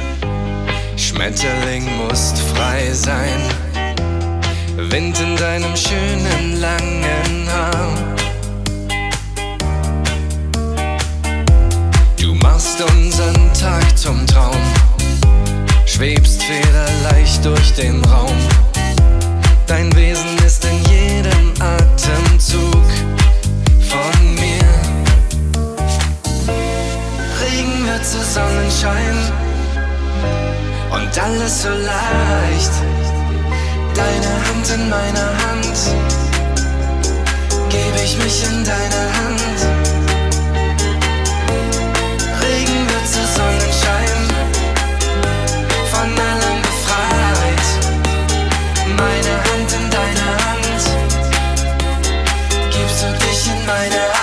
Schmetterling musst frei sein, Wind in deinem schönen langen Haar. Du machst unseren Tag zum Traum, schwebst federleicht durch den Raum. Dein Wesen ist in jedem Atemzug alles so leicht. Deine Hand in meiner Hand, gebe ich mich in deine Hand. Regen wird zu Sonnenschein, von allem befreit. Meine Hand in deine Hand, gibst du dich in meine Hand.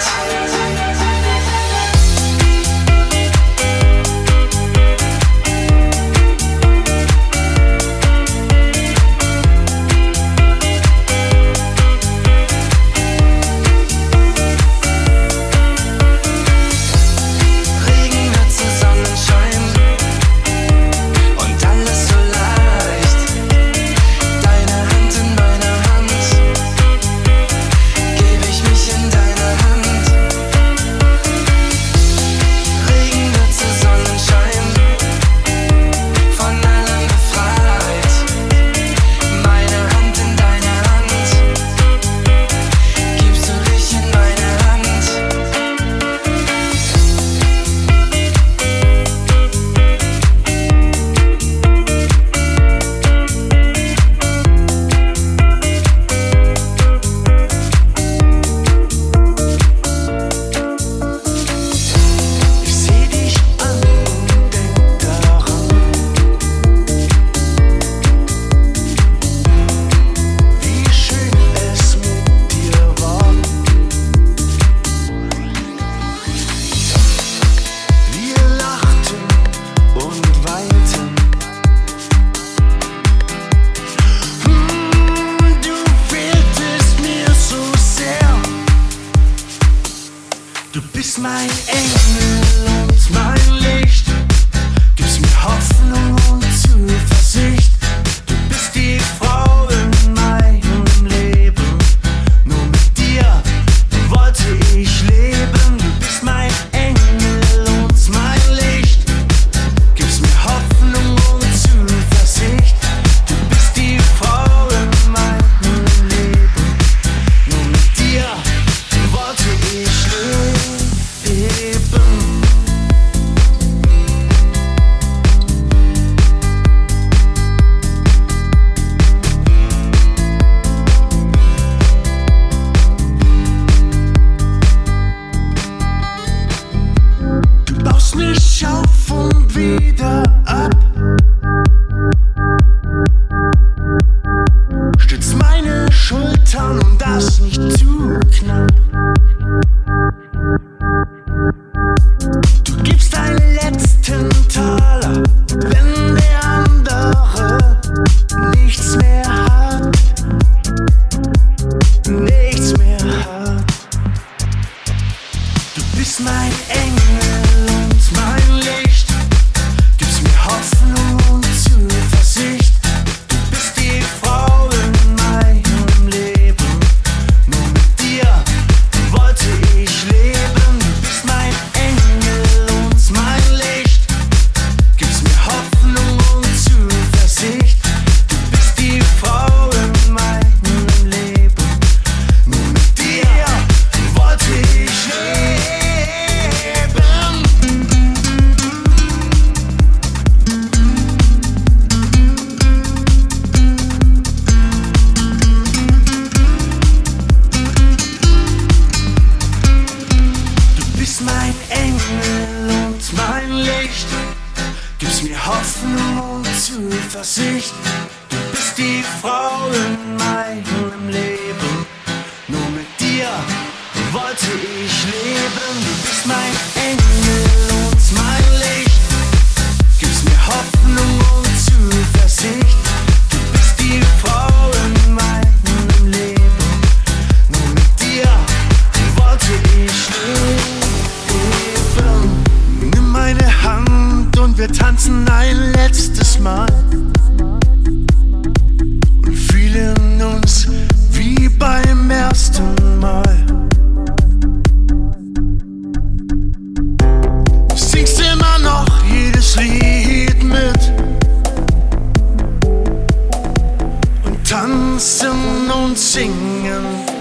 tanzen und singen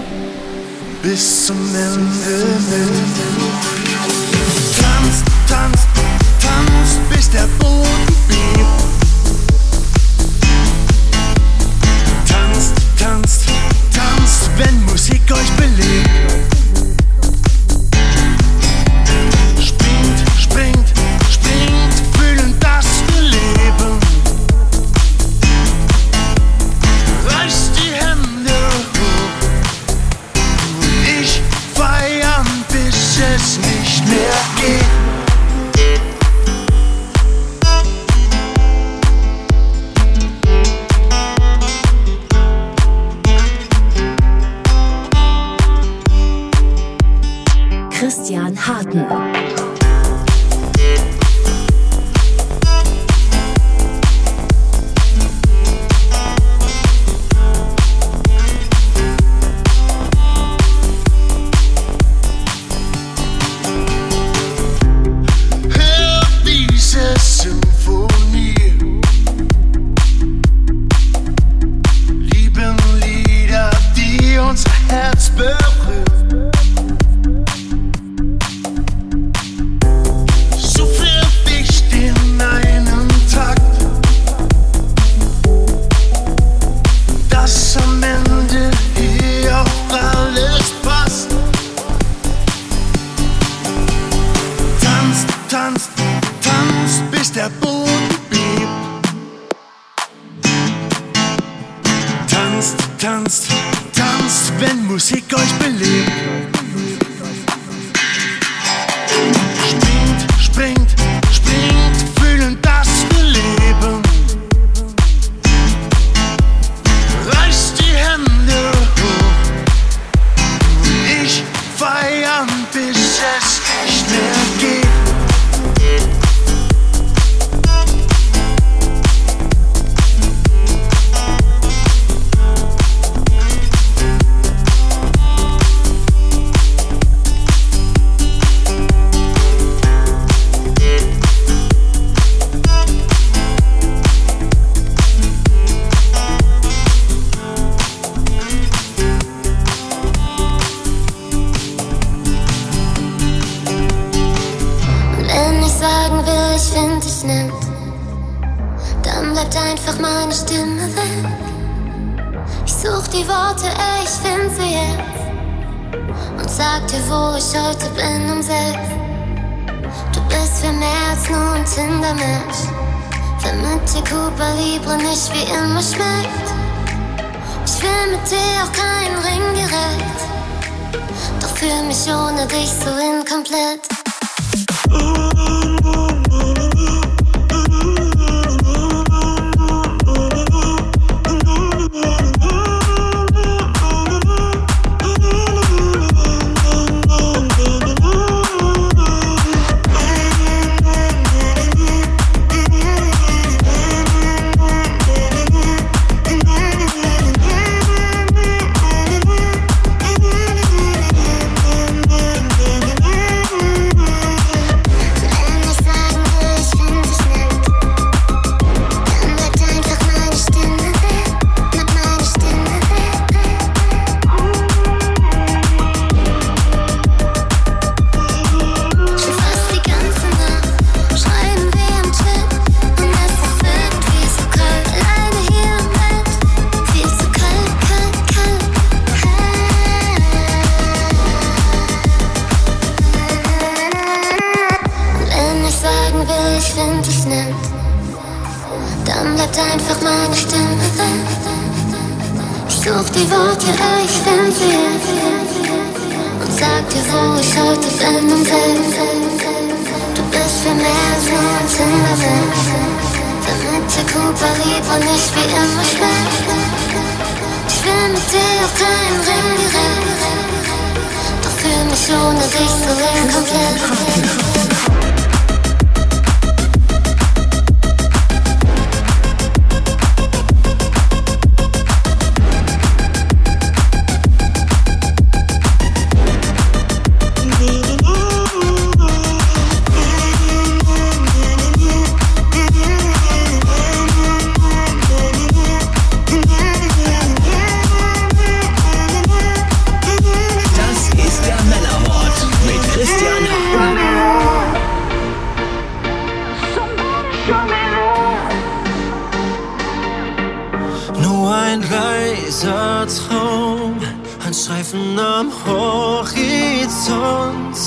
bis zum Ende mit. Tanzt, tanzt, tanzt, bis der Boden bebt. Musik euch belebt. Springt, springt, springt, fühlen, dass wir leben. Reißt die Hände hoch. Ich feiern, bis es nicht mehr geht. Christian Harten. Tanzt, tanzt, wenn Musik euch belebt. Springt, springt, springt, fühlen, dass wir leben. Reißt die Hände hoch. Ich feiern, bis es nicht mehr geht. Einfach meine Stimme weg. Ich such die Worte, ey, ich find sie jetzt. Und sag dir, wo ich heute bin um sechs. Du bist für mehr als nur ein Tinder-Match. Damit dir Cuba Libre nicht wie immer schmeckt. Ich will mit dir auch keinen Ring direkt. Doch fühl mich ohne dich so inkomplett. Das ist der Männerhort mit Christian Harten.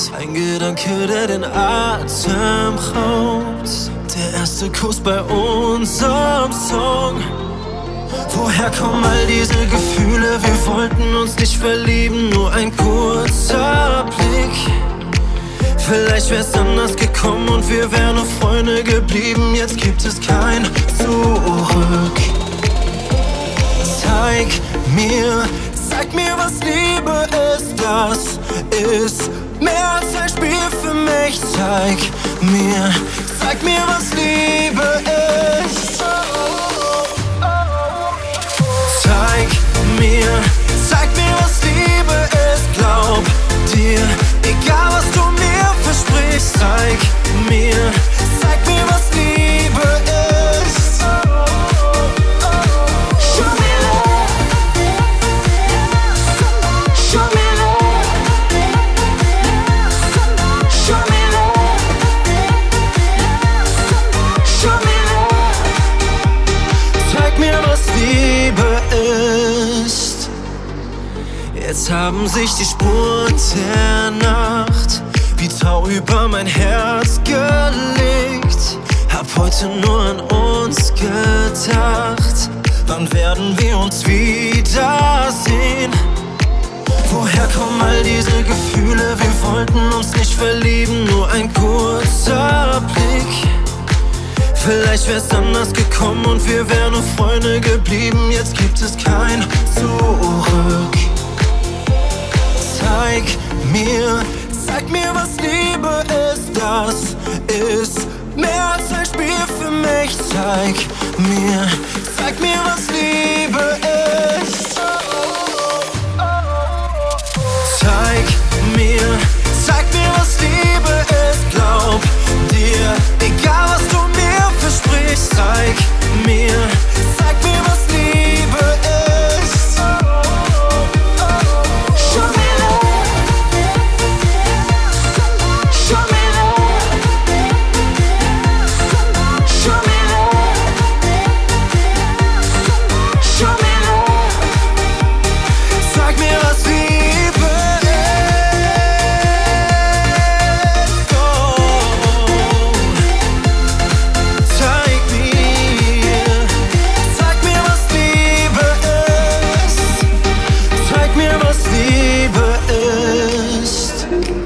Ein Gedanke, der den Atem raubt. Der erste Kuss bei unserem Song. Woher kommen all diese Gefühle? Wir wollten uns nicht verlieben, nur ein kurzer Blick. Vielleicht wär's anders gekommen und wir wären nur Freunde geblieben. Jetzt gibt es kein Zurück. Zeig mir, zeig mir, was Liebe ist. Das ist mehr als ein Spiel für mich. Zeig mir, zeig mir, was Liebe ist. Zeig mir, zeig mir, was Liebe ist. Glaub dir, egal was du mir versprichst. Zeig mir, zeig mir, was Liebe ist. Show me love. Show me love. Show me love. Show me love. Zeig mir, was Liebe ist. Jetzt haben sich die Spuren der Nacht wie Tau über mein Herz gelegt. Hab heute nur an uns gedacht. Wann werden wir uns wiedersehen? Woher kommen all diese Gefühle? Wir wollten uns nicht verlieben, nur ein kurzer Blick. Vielleicht wär's anders gekommen und wir wären nur Freunde geblieben. Jetzt gibt es kein Zurück. Zeig mir, zeig mir, was Liebe ist. Das ist mehr als ein Spiel für mich. Zeig mir, zeig mir, was Liebe ist. Zeig mir, zeig mir, was Liebe ist. Glaub dir, egal was du mir versprichst. Zeig mir, zeig mir, was Liebe ist. Show me love. Show me love. Show me love. Show me love. Zeig mir, was Liebe ist. Oh. Zeig mir, zeig mir, was Liebe ist. Zeig mir, was Liebe ist.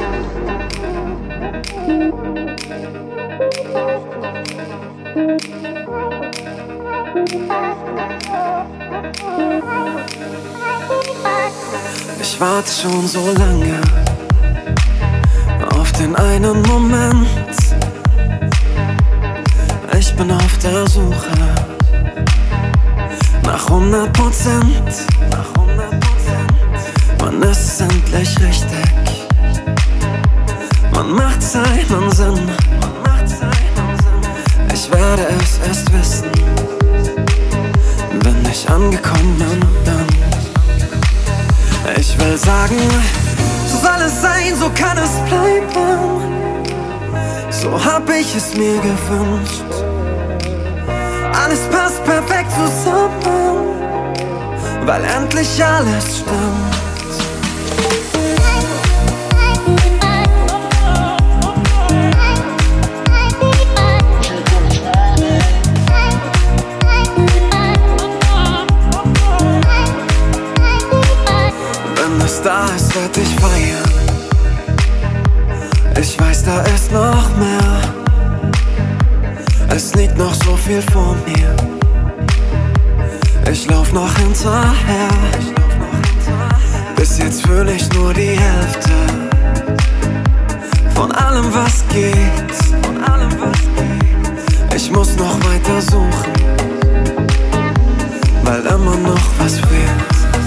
Ich warte schon so lange auf den einen Moment. Ich bin auf der Suche nach hundert Prozent. Wann ist es endlich richtig? Man macht seinen Sinn. Ich werde es erst wissen, wenn ich angekommen bin. Ich will sagen, so soll es sein, so kann es bleiben. So hab ich es mir gewünscht. Alles passt perfekt zusammen, weil endlich alles stimmt. Da ist, werd ich feiern. Ich weiß, da ist noch mehr. Es liegt noch so viel vor mir. Ich lauf noch hinterher. Bis jetzt fühl ich nur die Hälfte von allem, was geht. Ich muss noch weiter suchen, weil immer noch was fehlt.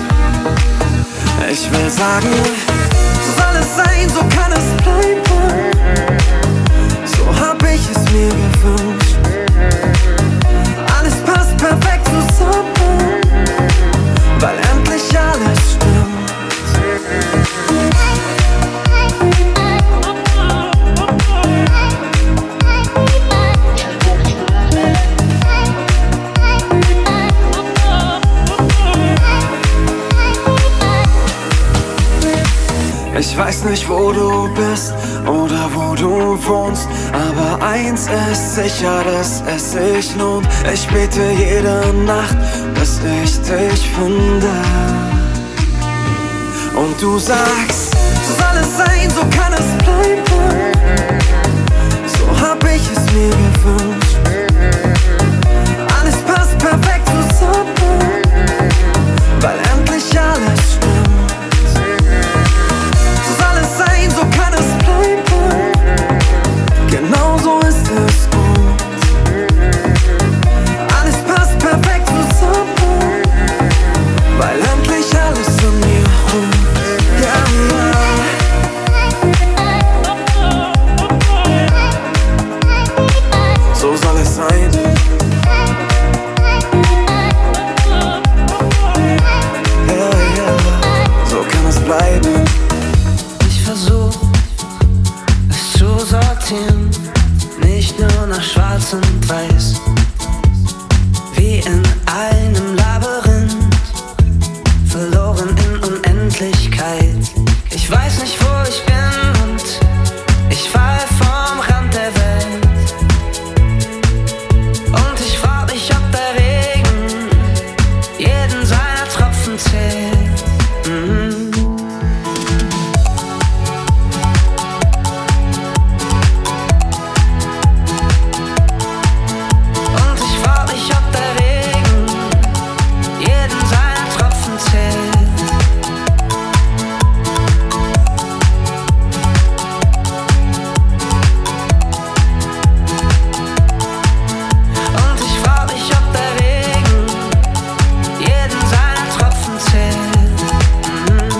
Ich will sagen, so soll es sein, so kann es bleiben. So hab ich es mir gewünscht. Alles passt perfekt zusammen, weil endlich alles stimmt. Ich weiß nicht, wo du bist oder wo du wohnst, aber eins ist sicher, dass es sich lohnt. Ich bete jede Nacht, dass ich dich finde. Und du sagst, so soll es sein, so kann es bleiben. So hab ich es mir gewünscht. Alles passt perfekt zusammen, weil endlich alles stimmt. So soll es sein, so kann es bleiben. Genau so ist es gut. Alles passt perfekt zusammen, weil endlich alles in mir ruht. Ja, ja. So soll es sein. Ja, ja. So kann es bleiben. Ich versuch es zu sortieren, nicht nur nach schwarz und weiß, wie in einem Labyrinth, verloren in Unendlichkeit. Ich weiß nicht, wo ich bin und ich fall vom Rand der Welt. Und ich frag mich, ob der Regen jeden seiner Tropfen zählt. Mhm. Und ich frag mich, ob der Regen jeden seiner Tropfen zählt. Und ich frag mich, ob der Regen jeden seiner Tropfen zählt. Mhm.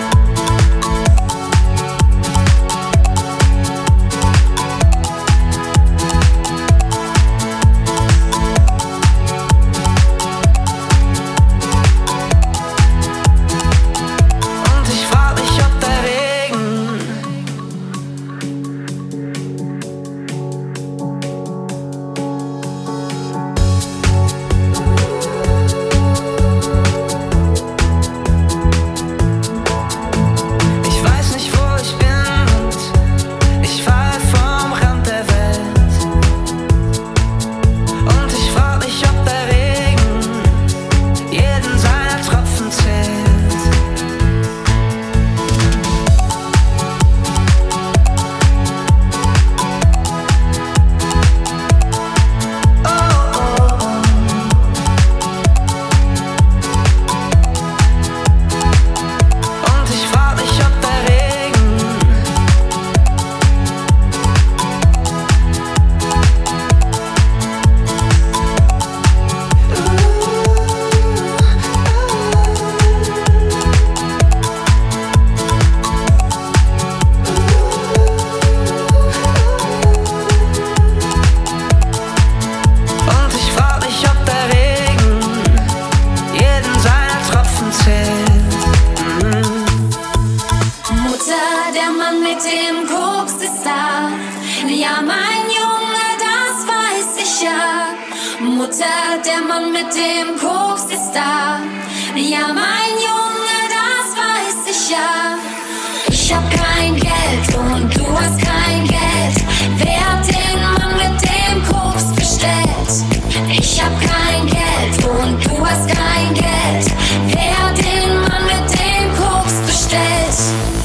Und ich frag mich, ob der Regen Ich weiß nicht, wo ich bin und ich fall vom Rand der Welt. Und ich frag mich, ob der Regen jeden seiner Tropfen zählt. Oh, oh, oh. Und ich frag mich, ob der Regen Und ich frag mich, ob der Regen jeden seiner Tropfen zählt. Mhm. Mutter, der Mann mit dem Koks ist da. Ja, mein Junge, das weiß ich ja. Mutter, der Mann mit dem Koks ist da. Ja, mein Junge, das weiß ich ja. Ich hab kein Geld und du hast kein Geld. Wer hat den Mann mit dem Koks bestellt? Ich hab kein Geld und du hast kein Geld. Wer hat den Mann mit dem Koks bestellt?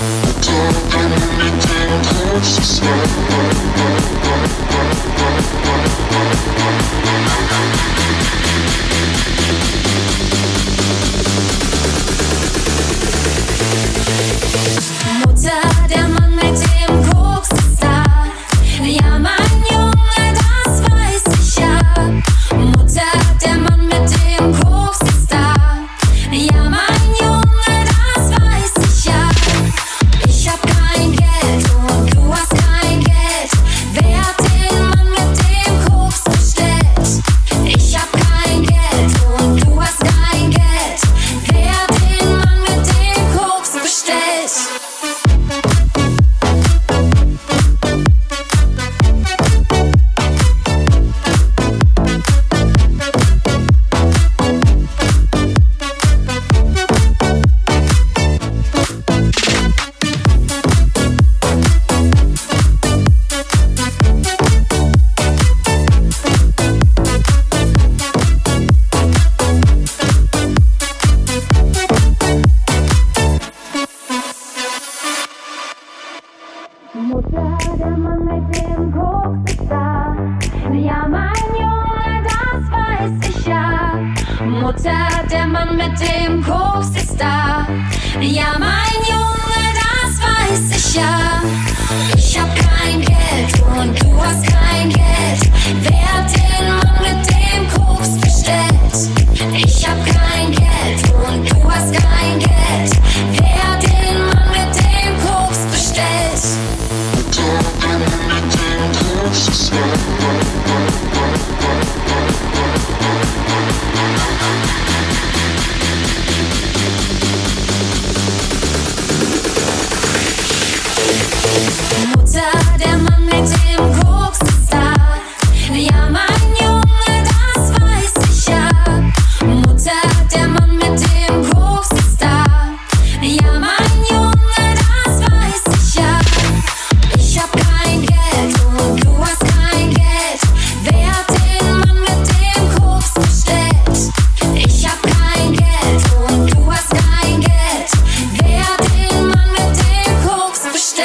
Mutter, der Mann mit dem Koks ist da. Ja, mein Junge, das weiß ich ja. Mutter, der Mann mit dem Koks ist da. Ja, mein Junge, das weiß ich ja. Ich hab kein Geld und du hast kein Mutter, der Mann mit dem Koks ist da. Ja, mein Junge, das weiß ich ja. Mutter, der Mann mit dem Koks ist da. Ja, mein Junge, das weiß ich ja. Ich hab kein Geld und du hast kein Geld. Wer hat den Mann mit dem Koks bestellt? Ich hab kein Geld und du hast kein Geld. Wer hat den Mann mit dem Koks bestellt? Der Mann mit dem Koks ist da. Mutter, der Mann mit dem Koks ist da. Ja, mein Junge, das weiß ich ja. Mutter, der Mann mit dem Koks ist da. Ja, mein Junge, das weiß ich ja. Ich hab kein Geld und du hast kein Geld. Wer hat den Mann mit dem Koks bestellt? Ich hab kein Geld und du hast kein Geld. Wer hat den Mann mit dem Koks bestellt?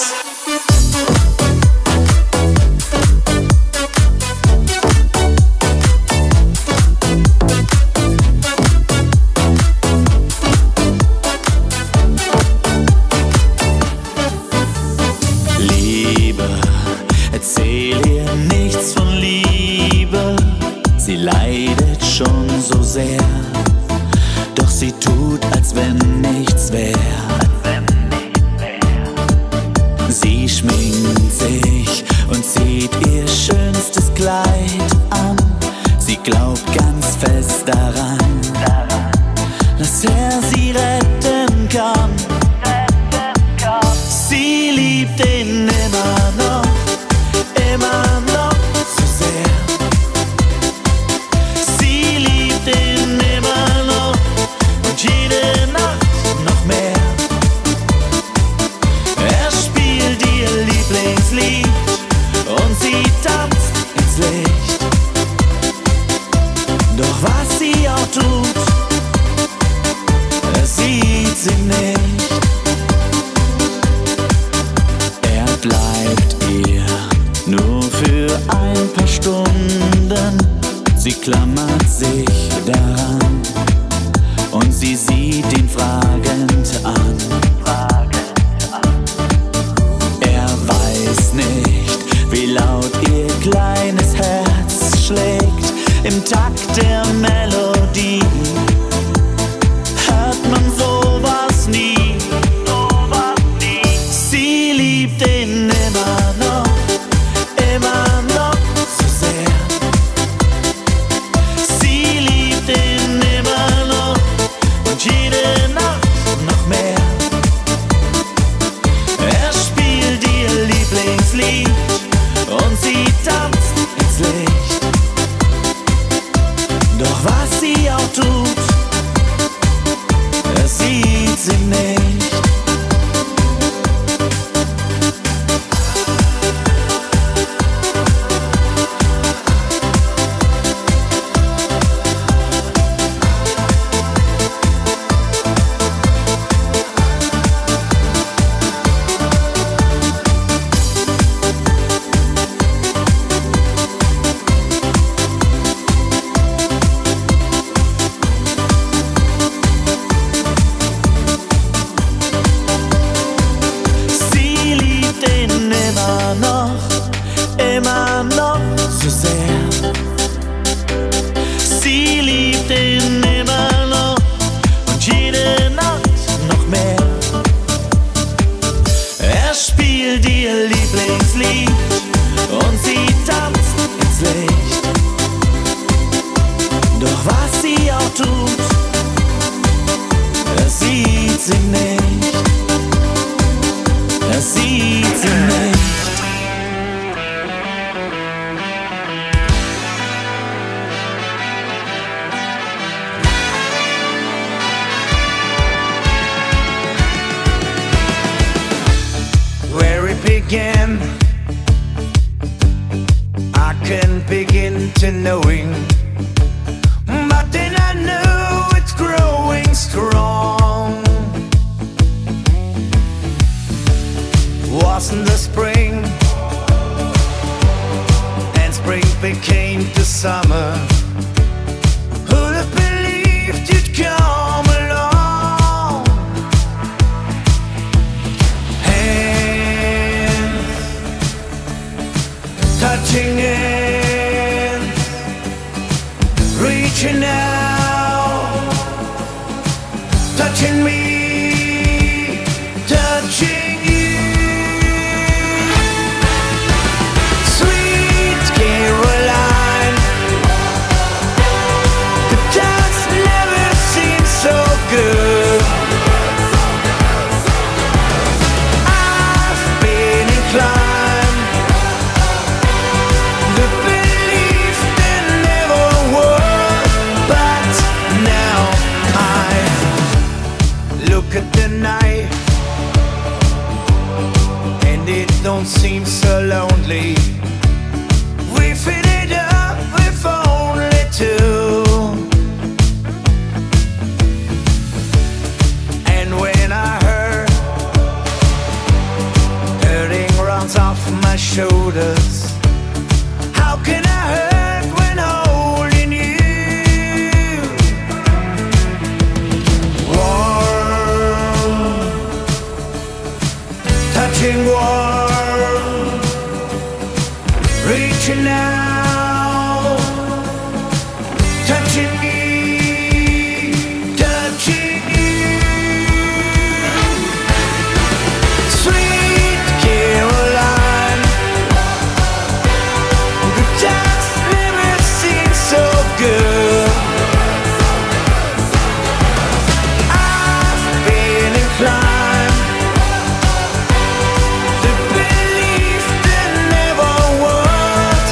Liebe, erzähl ihr nichts von Liebe. Sie leidet schon so sehr, doch sie tut, als wenn nichts wär. Sie schminkt sich und zieht ihr schönstes Kleid an. Sie glaubt ganz fest daran, dass er sie retten kann. Sie liebt ihn immer noch, immer noch so sehr. Sie liebt ihn immer noch und jede Nacht noch mehr. Er spielt ihr Lieblingslied und sie tanzt ins Licht. Doch was sie auch tut, er sieht sie nicht. Er bleibt ihr nur für ein paar Stunden. Sie klammert sich daran und sie sieht ihn fragend an. Er weiß nicht, wie laut ihr kleines Herz schlägt. Im Takt der Melodie hört man sowas nie. Sie liebt ihn immer noch, immer noch so sehr. Sie liebt ihn immer noch und jede Nacht noch mehr. Er spielt ihr Lieblingslied und sie tanzt ins Licht. Doch was sie auch tut, er sieht sie nicht. Immer noch so sehr. Sie liebt ihn immer noch und jede Nacht noch mehr. Er spielt ihr Lieblingslied und sie tanzt ins Licht. Doch was sie auch tut, er sieht sie nicht. Er sieht sie nicht. Begin, I can't begin to knowing, but then I know it's growing strong. wasn't the spring, and spring became the summer. Who'd have believed you'd come along? Hands touching hands, reaching out, touching me. Don't seem so lonely. We fit it up with only two. And when I heard hurting runs off my shoulders, how can I hurt when holding you? Warm, touching warm, reaching out, touching me, touching you. Sweet Caroline, good times never seem so good. I've been inclined to believe there never was.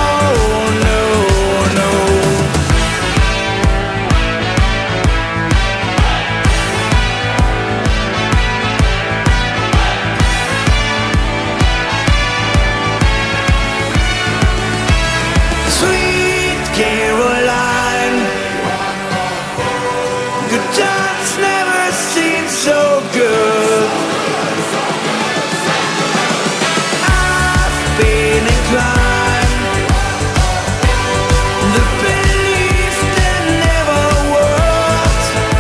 Sweet Caroline, good times never seem so good. I've been inclined to believe there never was.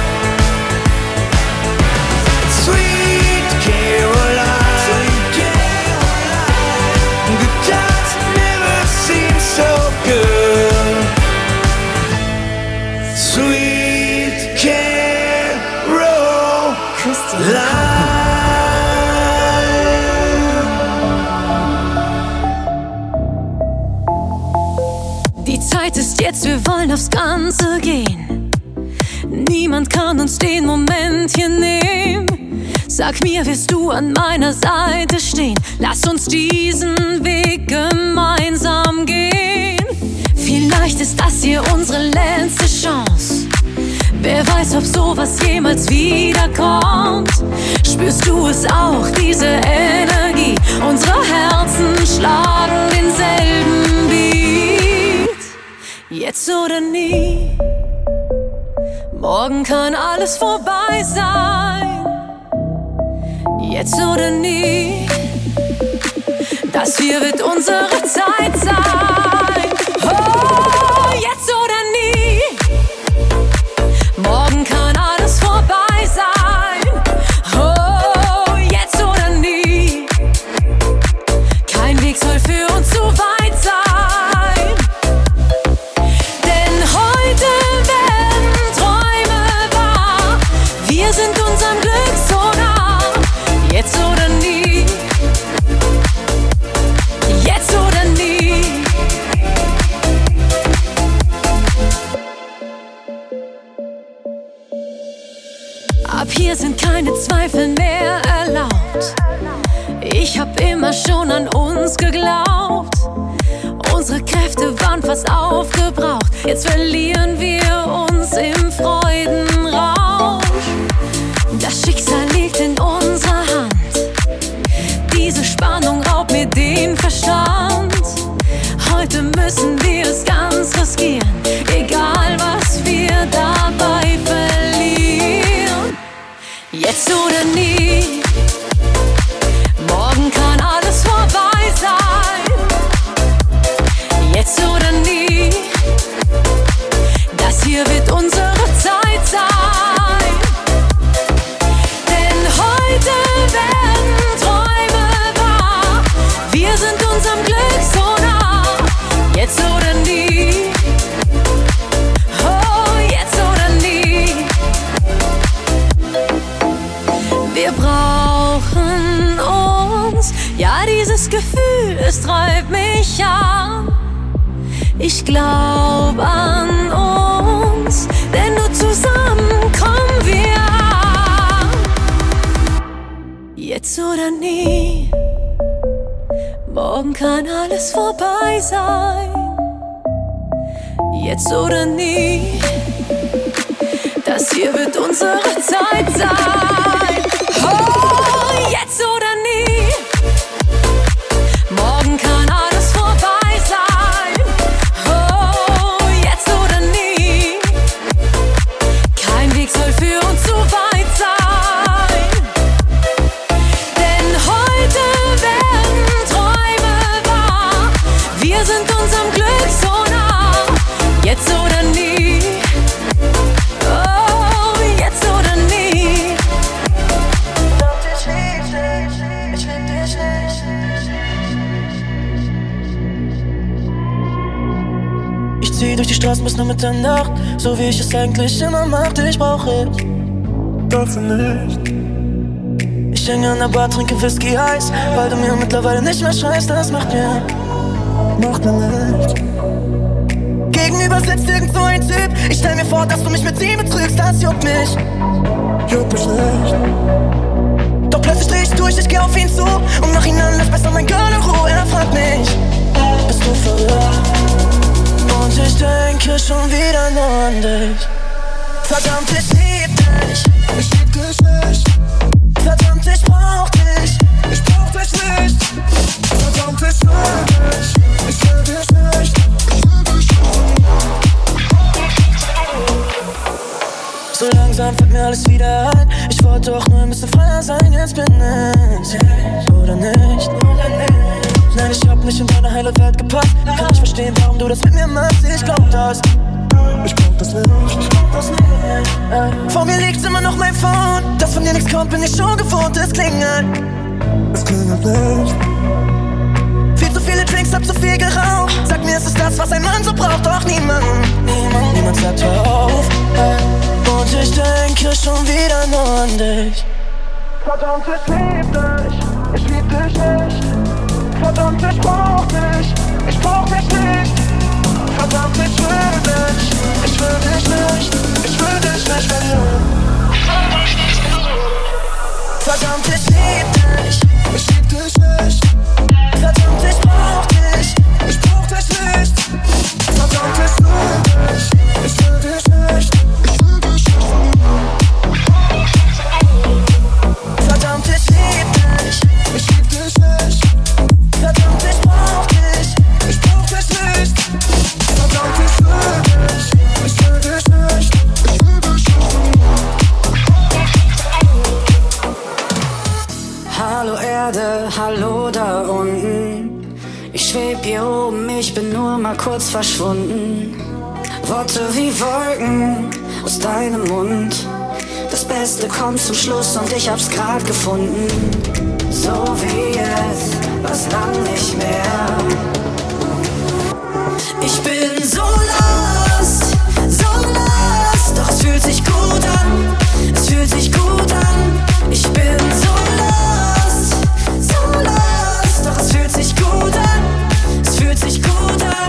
Sweet Caroline, good times never seem so good. Sweet Caroline. Die Zeit ist jetzt, wir wollen aufs Ganze gehen. Niemand kann uns den Moment hier nehmen. Sag mir, wirst du an meiner Seite stehen? Lass uns diesen Weg gemeinsam gehen. Vielleicht ist das hier unsere letzte Chance. Wer weiß, ob sowas jemals wiederkommt. Spürst du es auch, diese Energie? Unsere Herzen schlagen denselben Beat. Jetzt oder nie. Morgen kann alles vorbei sein. Jetzt oder nie. Das hier wird unsere Zeit sein. Oh, jetzt oder nie. Morgen kann alles vorbei sein. Oh, jetzt oder nie. Kein Weg soll für uns zu weit sein. Denn heute werden Träume wahr. Wir sind unserem Glück so nah. Jetzt oder nie. Jetzt oder nie. Ab hier sind keine Zweifel mehr erlaubt. Ich hab immer schon an uns geglaubt. Unsere Kräfte waren fast aufgebraucht. Jetzt verlieren wir uns im Freudenrausch. Das Schicksal liegt in unserer Hand. Diese Spannung raubt mir den Verstand. Heute müssen wir es ganz riskieren, egal was wir dabei verlieren. Jetzt oder nie. Morgen kann dieses Gefühl, es treibt mich an. Ich glaub an uns, denn nur zusammen kommen wir an. Jetzt oder nie, morgen kann alles vorbei sein. Jetzt oder nie, das hier wird unsere Zeit sein. Oh, jetzt oder nie, morgen kann alles vorbei sein. Oh, jetzt oder nie, kein Weg soll für uns zu weit sein. Denn heute werden Träume wahr, wir sind unserem Glück so nah. Jetzt oder nie, oh, jetzt oder nie. Verdammt, ich lieb dich, ich lieb dich nicht. Ich zieh durch die Straßen bis nach Mitternacht, so wie ich es eigentlich immer mach. Dich brauch ich dafür nicht. Ich hänge an der Bar, trinke Whisky Eis, weil du mir mittlerweile nicht mehr schreibst. Das macht mir, macht mir nicht. Gegenüber sitzt irgend so ein Typ. Ich stell mir vor, dass du mich mit ihm betrügst. Das juckt mich, juckt mich nicht. Doch plötzlich dreh ich durch, ich geh auf ihn zu und mach ihn an, lass besser mein Girl in Ruhe. Er fragt mich, bist du verrückt? Und ich denke schon wieder nur an dich. Verdammt, ich lieb dich, ich lieb dich nicht. Verdammt, ich brauch dich, ich brauch dich nicht. Verdammt, ich will dich, ich will dich nicht. So langsam fällt mir alles wieder ein. Ich wollte doch nur ein bisschen freier sein. Jetzt bin ich, oder nicht? Nein, ich hab nicht in deine heile Welt gepasst. Kann nicht verstehen, warum du das mit mir machst. Ich glaub das, ich glaub das nicht, ich glaub das nicht. Vor mir liegt immer noch mein Phone. Dass von dir nichts kommt, bin ich schon gewohnt. Es klingelt, es klingelt nicht. Viel zu viele Drinks, hab zu viel geraucht. Sag mir, es ist das, was ein Mann so braucht. Doch niemand, niemand, niemand sagt hör auf. Und ich denke schon wieder nur an dich. Verdammt, ich lieb dich, ich lieb dich nicht. Verdammt, ich brauch dich, ich brauch dich nicht. Verdammt, ich will dich, ich will dich nicht. Ich will dich nicht verlieren. Verdammt, ich lieb dich, ich lieb dich nicht. Verdammt, ich brauch dich, ich brauch dich nicht. Verdammt, ich will dich, ich will dich nicht. Ich will dich nicht verlieren. Verdammt, ich lieb dich, ich lieb dich nicht. Verdammt, ich brauch dich, ich brauch dich nicht. Verdammt, ich will dich, ich will dich nicht. Ich will dich nicht verlieren. Hallo Erde, hallo da unten. Ich schweb hier oben, ich bin nur mal kurz verschwunden. Worte wie Wolken aus deinem Mund. Das Beste kommt zum Schluss und ich hab's grad gefunden. So wie jetzt, was lang nicht mehr. Ich bin so lost, so lost. Doch es fühlt sich gut an, es fühlt sich gut an. Ich bin so lost, so lost. Doch es fühlt sich gut an, es fühlt sich gut an.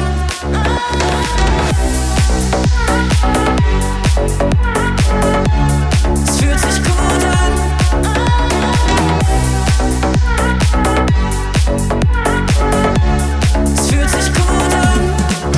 Es fühlt sich gut an. Es fühlt sich gut an.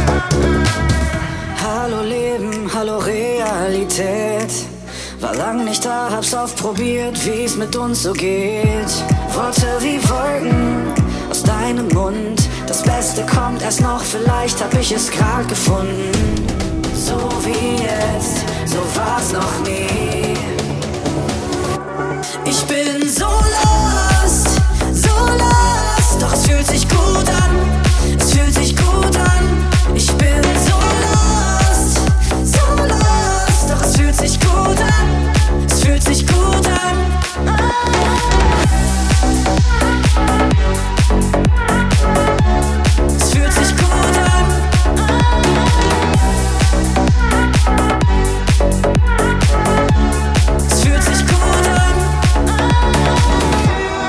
Hallo Leben, hallo Realität. War lang nicht da, hab's oft probiert, wie's mit uns so geht. Worte wie Wolken aus deinem Mund. Das Beste kommt erst noch, vielleicht hab ich es grad gefunden. So wie jetzt, so war's noch nie. Ich bin so lost, so lost. Doch es fühlt sich gut an, es fühlt sich gut an. Ich bin so lost, so lost. Doch es fühlt sich gut an, es fühlt sich gut an. Es fühlt sich gut an. Es fühlt sich gut an.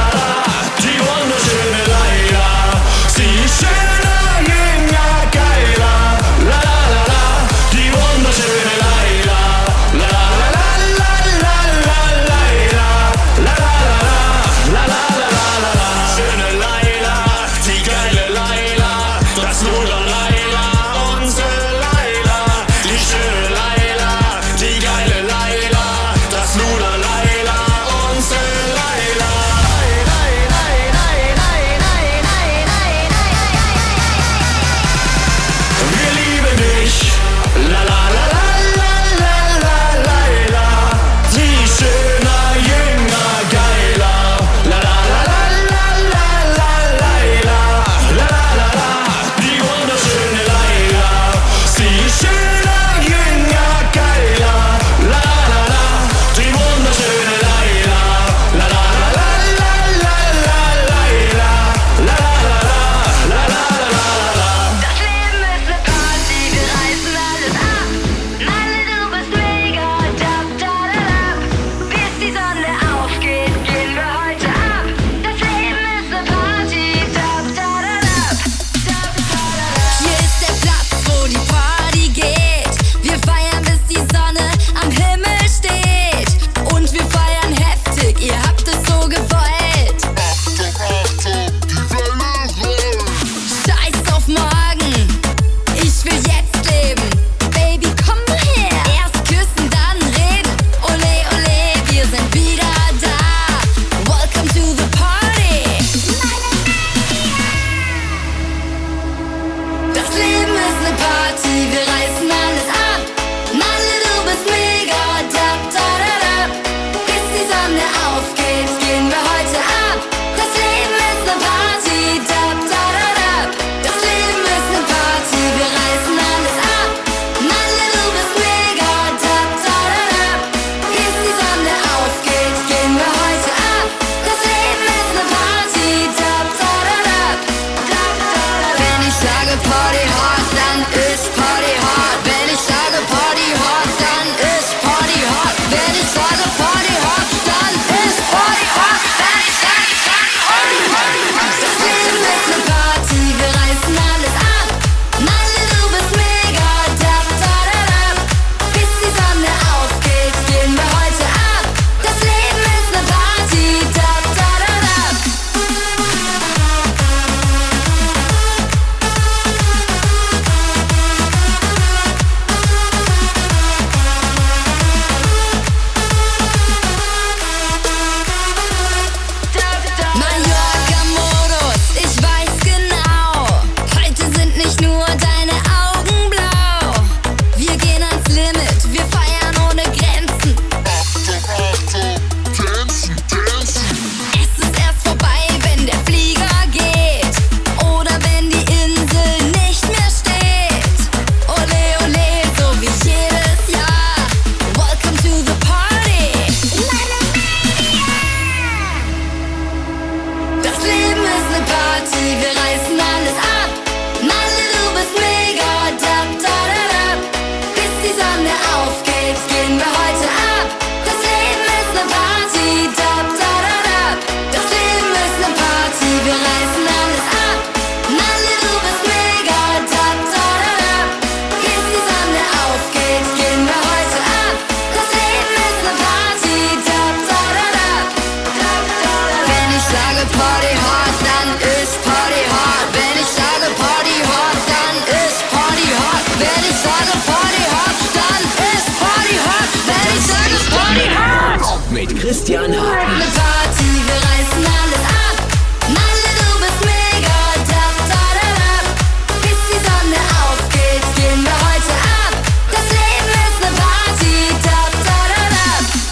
Christian Harten. Eine Party, wir reißen alles ab. Malle, du bist mega, tap, da, da, da. Bis die Sonne aufgeht, gehen wir heute ab. Das Leben ist ne Party, tap, da, da, da.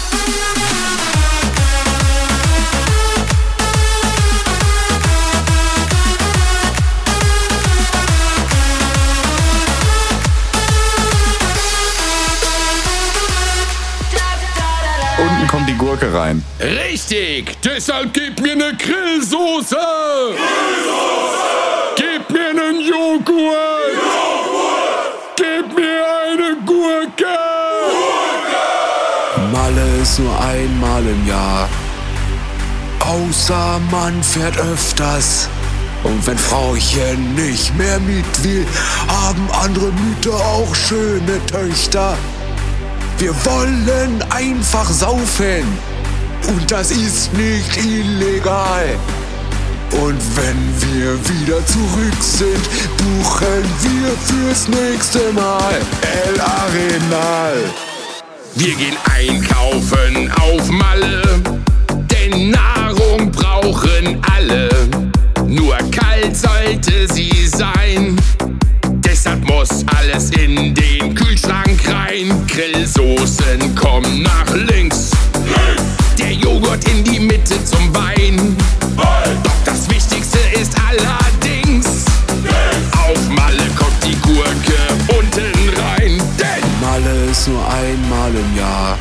Unten kommt die Gurke rein. Richtig, deshalb gib mir ne Grillsoße. Grillsoße. Gib mir nen Joghurt. Joghurt. Gib mir eine Gurke. Gurke. Malle ist nur einmal im Jahr. Außer man fährt öfters. Und wenn Frauchen nicht mehr mit will, haben andere Mütter auch schöne Töchter. Wir wollen einfach saufen und das ist nicht illegal. Und wenn wir wieder zurück sind, buchen wir fürs nächste Mal El Arenal. Wir gehen einkaufen auf Malle, denn Nahrung brauchen alle. Nur kalt sollte sie sein. Deshalb muss alles in den Kühlschrank rein. Grillsoßen kommen nach links. Der Joghurt in die Mitte zum Wein. Doch das Wichtigste ist allerdings, auf Malle kommt die Gurke unten rein. Denn Malle ist nur einmal im Jahr.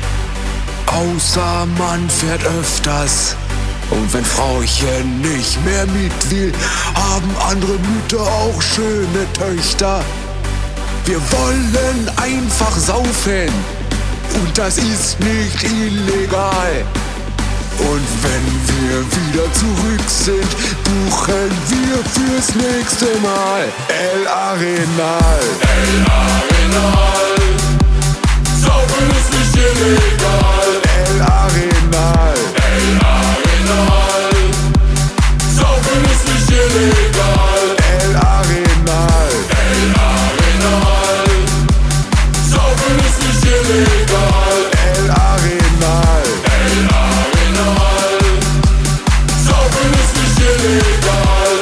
Außer man fährt öfters. Und wenn Frauchen nicht mehr mit will, haben andere Mütter auch schöne Töchter. Wir wollen einfach saufen und das ist nicht illegal. Und wenn wir wieder zurück sind, buchen wir fürs nächste Mal El Arenal. El Arenal. Saufen ist nicht illegal. El Arenal. El Arenal. Saufen ist nicht illegal. El Arenal. El Arenal. Saufen ist nicht illegal. El Arenal. El Arenal. Saufen ist nicht illegal.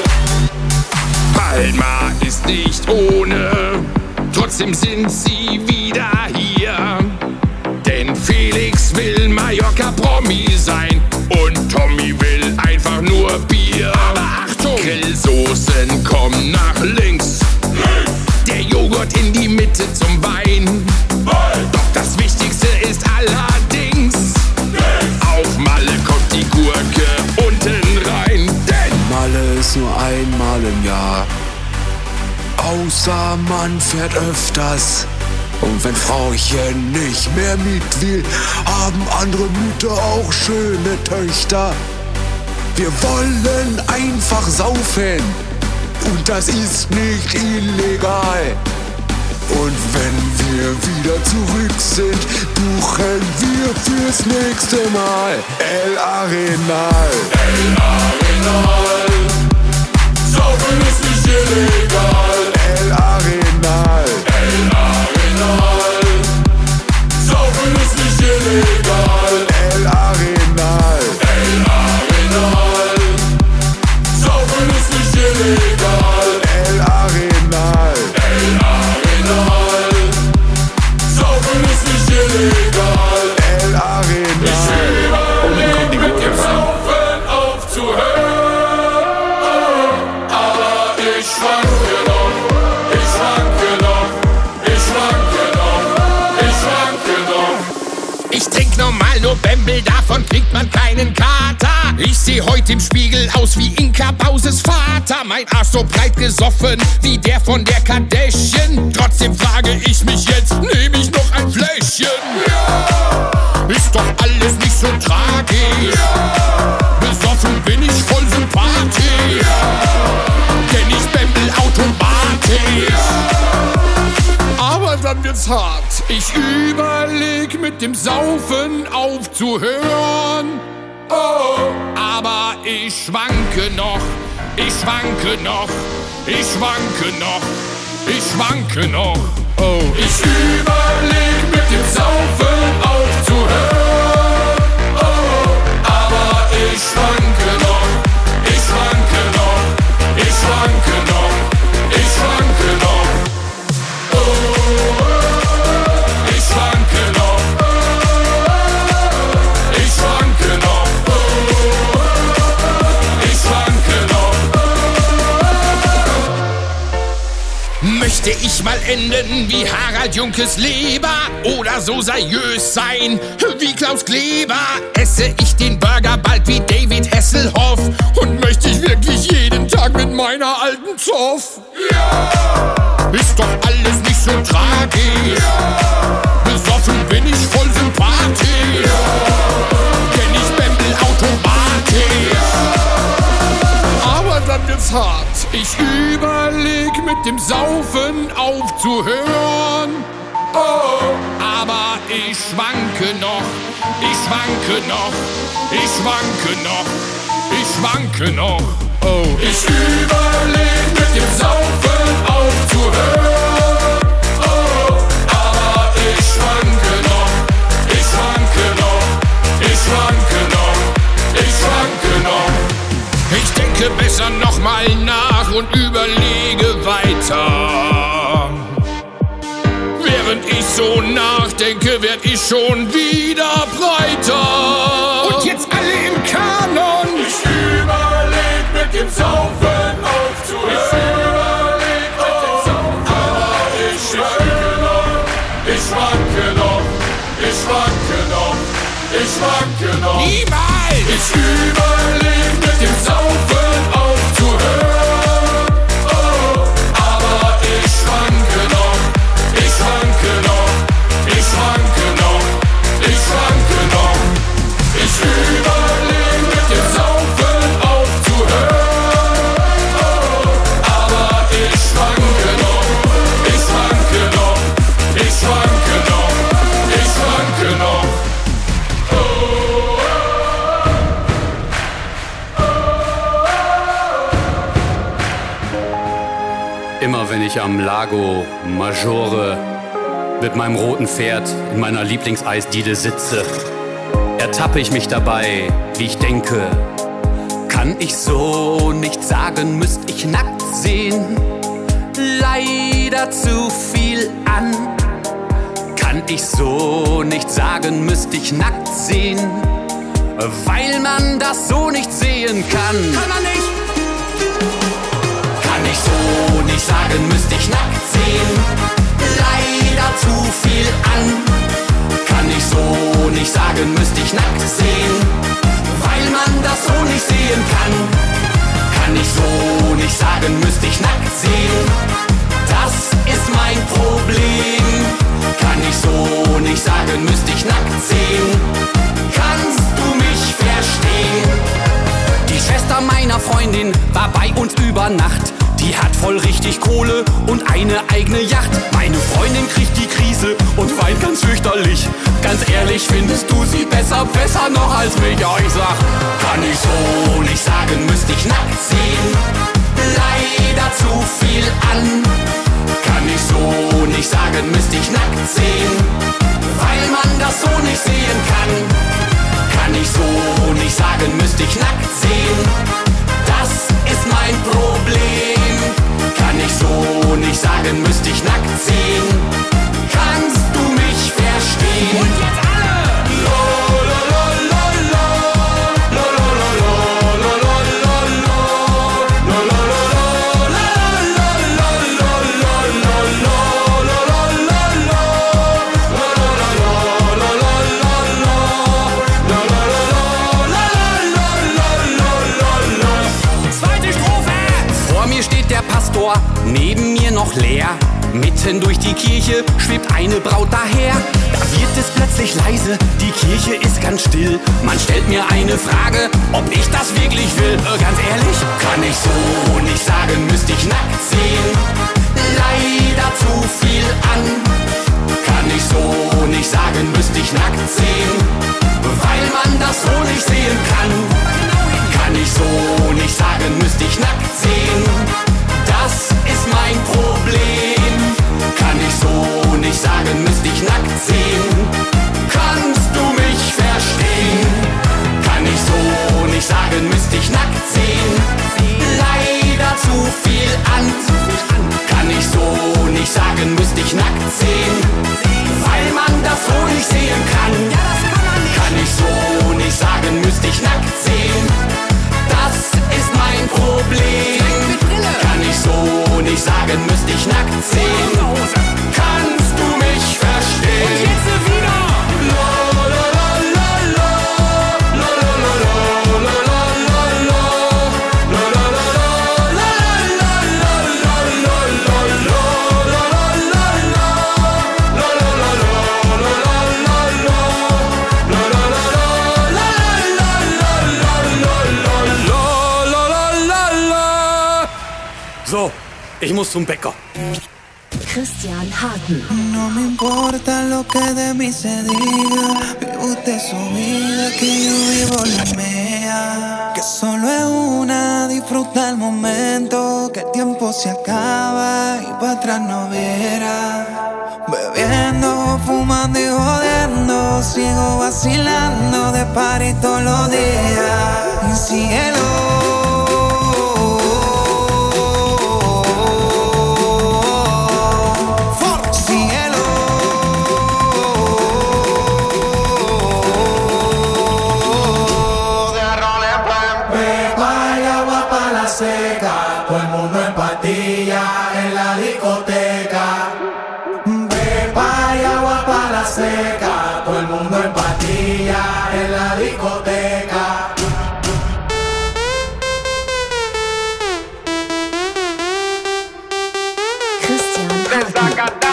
Palma ist nicht ohne, trotzdem sind sie wieder hier. Denn Felix will Mallorca-Promi sein und Tommy will einfach nur Bier. Aber Achtung, Grillsoßen kommen nach links. Der Joghurt in die Mitte zum Wein. Doch das Wichtigste ist allerdings, auf Malle kommt die Gurke unten rein. Denn Malle ist nur einmal im Jahr. Außer man fährt öfters. Und wenn Frauchen nicht mehr mit will, haben andere Mütter auch schöne Töchter. Wir wollen einfach saufen und das ist nicht illegal. Und wenn wir wieder zurück sind, buchen wir fürs nächste Mal El Arenal. El Arenal. Saufen ist nicht illegal. El Arenal. El Arenal. Saufen ist nicht illegal. El Arenal. El Arenal. Saufen ist nicht illegal. El Arenal. El Arenal. Saufen ist nicht illegal. El Arenal. Ich überleg mit dem Saufen aufzuhören, aber ich schwanke noch, ich schwanke noch, ich schwanke noch, ich schwanke noch. ich trink normal nur Bembel, davon kriegt man keinen Kater. Ich seh heute im Spiegel aus wie Inka Bauses Vater. Mein Arsch so breit gesoffen wie der von der Kardashian. Trotzdem frage ich mich jetzt, nehm ich noch ein Fläschchen? Ja. Ist doch alles nicht so tragisch. Ja. Besoffen bin ich voll sympathisch. Ja. Denn ich bembel automatisch. Ja. Aber dann wird's hart. Ich überleg mit dem Saufen aufzuhören. Oh, aber ich schwanke noch, ich schwanke noch, ich schwanke noch, ich schwanke noch. Oh, ich überleg mit dem Saufen aufzuhören. Oh, Möchte ich mal enden wie Harald Junkes Leber oder so seriös sein wie Klaus Kleber? Esse ich den Burger bald wie David Hasselhoff und möchte ich wirklich jeden Tag mit meiner alten Zoff? Ja! Ist doch alles nicht so tragisch. Ja! Besoffen bin ich voll sympathisch. Ja! Kenn ich Bembel automatisch. Ja! Aber dann wird's hart. Ich überleg mit dem Saufen aufzuhören. Oh, aber ich schwanke noch, ich schwanke noch, ich schwanke noch, ich schwanke noch. Oh, ich überleg mit dem Saufen aufzuhören. Oh, aber ich schwanke noch, ich schwanke noch, ich schwanke noch, ich schwanke noch. Ich denke besser nochmal nach und überlege weiter. Während ich so nachdenke, werd ich schon wieder breiter. Und jetzt alle im Kanon. Ich überleg mit dem Saufen aufzuhören. Ich überleg mit dem Saufen. Aber ich schwanke noch, ich schwanke noch, ich schwanke noch, ich schwanke noch. Niemals! Ich überleg mit dem Saufen aufzuhören. Oh, aber ich schwanke noch, ich schwanke noch, ich schwanke noch, ich schwanke noch. Ich überleg mit dem Saufen aufzuhören. Oh, aber ich schwanke noch, ich schwanke noch, ich schwanke noch, ich schwanke noch. Immer wenn ich am Lago Maggiore mit meinem roten Pferd in meiner Lieblingseisdiele sitze, ertappe ich mich dabei, wie ich denke, kann ich so nicht sagen, müsst ich nackt sehen, leider zu viel an. Kann ich so nicht sagen, müsst ich nackt sehen, weil man das so nicht sehen kann. Kann man nicht! Kann ich so nicht sagen, müsste ich nackt sehen, leider zu viel an. Kann ich so nicht sagen, müsste ich nackt sehen, weil man das so nicht sehen kann. Kann ich so nicht sagen, müsste ich nackt sehen, das ist mein Problem. Kann ich so nicht sagen, müsste ich nackt sehen, kannst du mich verstehen? Die Schwester meiner Freundin war bei uns über Nacht. Die hat voll richtig Kohle und eine eigene Yacht. Meine Freundin kriegt die Krise und weint ganz fürchterlich. Ganz ehrlich, findest du sie besser, besser noch als mich? Ja, ich sag, kann ich so nicht sagen, müsste ich nackt sehen, leider zu viel an. Kann ich so nicht sagen, müsste ich nackt sehen, weil man das so nicht sehen kann. Kann ich so nicht sagen, müsste ich nackt sehen, das ist mein Problem. Kann ich so nicht sagen, müsste ich nackt sehen, kannst du mich verstehen? Und jetzt alle! Lo, lo, lo, lo, lo. Lo, lo, lo, lo, lo, lo, lo, lo. Lo, lo, lo, lo, lo, lo, lo, lo, lo, lo, lo, lo, lo. Lo, lo, lo, lo, lo, lo, lo, lo, lo, lo. Zweite Strophe! Vor mir steht der Pastor, neben mir noch leer. Mitten durch die Kirche schwebt eine Braut daher. Da wird es plötzlich leise, die Kirche ist ganz still. Man stellt mir eine Frage, ob ich das wirklich will. Äh, ganz ehrlich, kann ich so nicht sagen, müsste ich nackt sehen, leider zu viel an. Kann ich so nicht sagen, müsste ich nackt sehen, weil man das so nicht sehen kann. Kann ich so nicht sagen, müsste ich nackt sehen, das ist mein Problem. Kann ich so nicht sagen, müsste ich nackt sehen, kannst du mich verstehen? Kann ich so nicht sagen, müsste ich nackt sehen, leider zu viel an. Kann ich so nicht sagen, müsste ich nackt sehen, weil man das so nicht sehen kann. Ich muss zum Bäcker. Christian Harten. No me importa lo que de mí se diga, vive usted su vida, que yo vivo la mía. Que solo es una, disfruta el momento, que el tiempo se acaba y para atrás no verá. Bebiendo, fumando y jodiendo, sigo vacilando de party todos los días. Y síguelo. Seca, todo el mundo en patilla en la discoteca. Pepa y agua para la seca, todo el mundo en patilla en la discoteca. Christian Harten.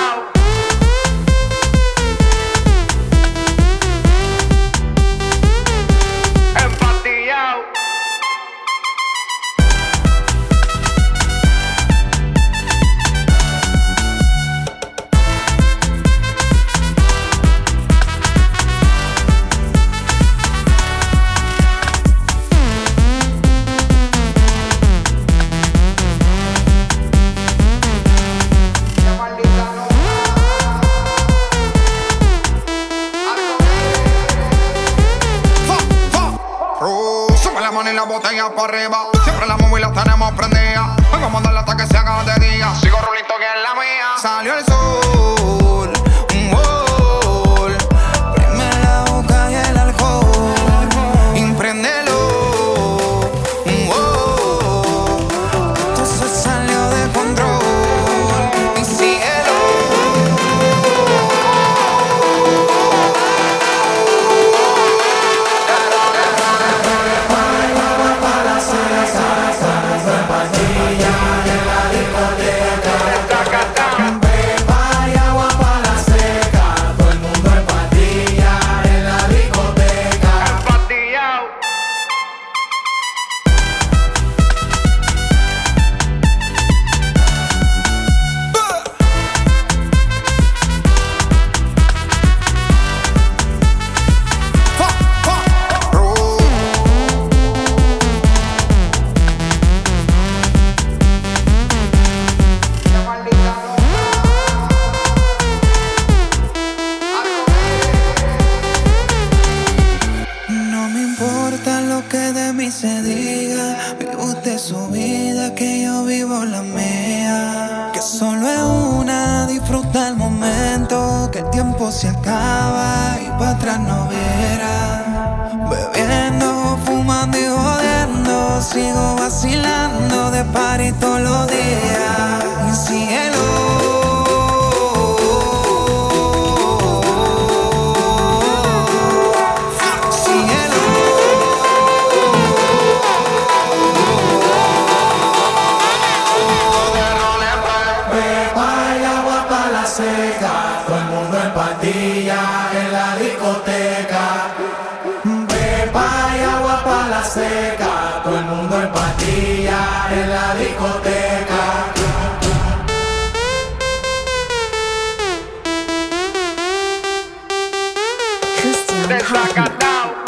Botella para arriba, siempre la móvil la tenemos prendida. Vengo a mandarla hasta que se haga de día. Sigo rulito que es la mía. Salió el sol, un gol. Prime la boca y el alcohol. Impréndelo, un gol. Esto se salió de control. Y síguelo. Se acaba y para atrás no verá. Bebiendo, fumando y jodiendo, sigo vacilando de party todos los días. Y síguelo. En la discoteca, pepa y agua para la seca, todo el mundo en patilla en la discoteca. Christian Harten.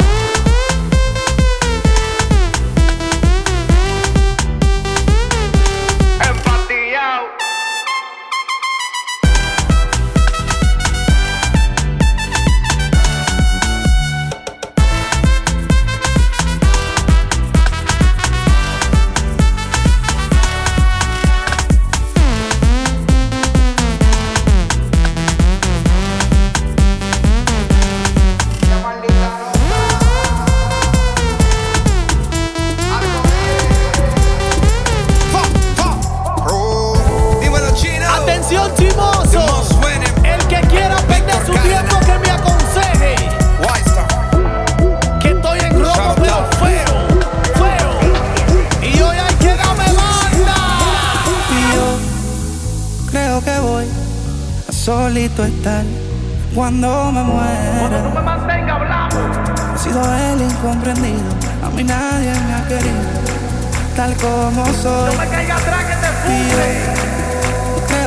Solito estar cuando me muera. Cuando tú me mantengas hablando. He sido el incomprendido, a mí nadie me ha querido tal como soy. No me caiga atrás que te fume.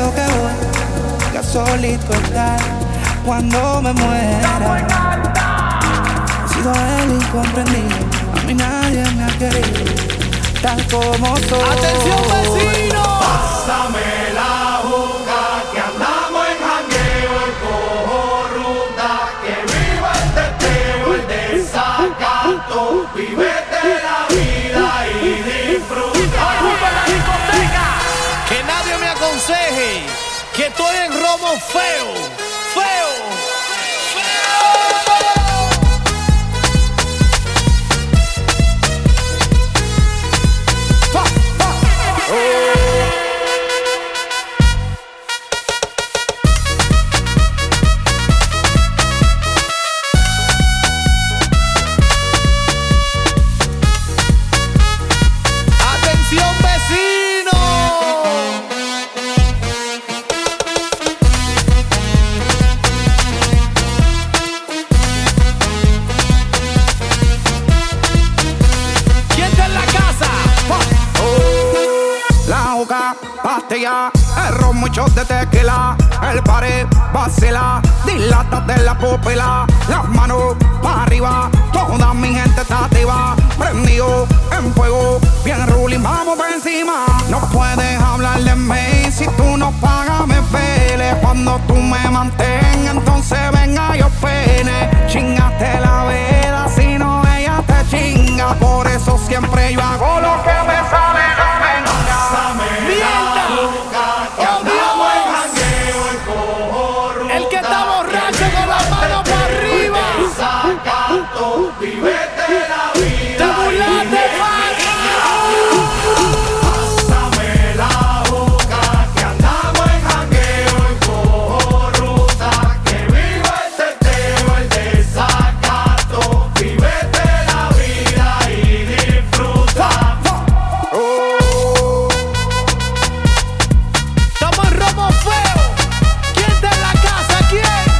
Creo que voy a solito estar cuando me muera. He sido el incomprendido, a mí nadie me ha querido tal como soy. ¡Atención, vecino! Pásame la juca, que andamos en jangueo y cojo ruta, que viva el teteo, el desacato, vívete la vida y disfruta. ¡Ocupa la discoteca! Que nadie me aconseje que estoy en romo feo, feo. El ron, muchos de tequila, el pared vacila, dilata de la pupila, las manos para arriba, toda mi gente está activa, prendido en fuego, bien ruling, vamos por encima. No puedes hablar de mí si tú no pagas me pele, cuando tú me mantengas, entonces venga yo pene, chingaste la vela, si no ella te chinga, por eso siempre yo hago lo que me sale la venga. El que está borracho con las manos para arriba. Desacato, vívete la vida. Te burlaste, Pásame la boca, que andamos en jangueo y cojo ruta, que viva el teteo, el desacato, vívete la vida y disfruta. Estamos en romo feo. ¿Quién está en la casa? ¿Quién?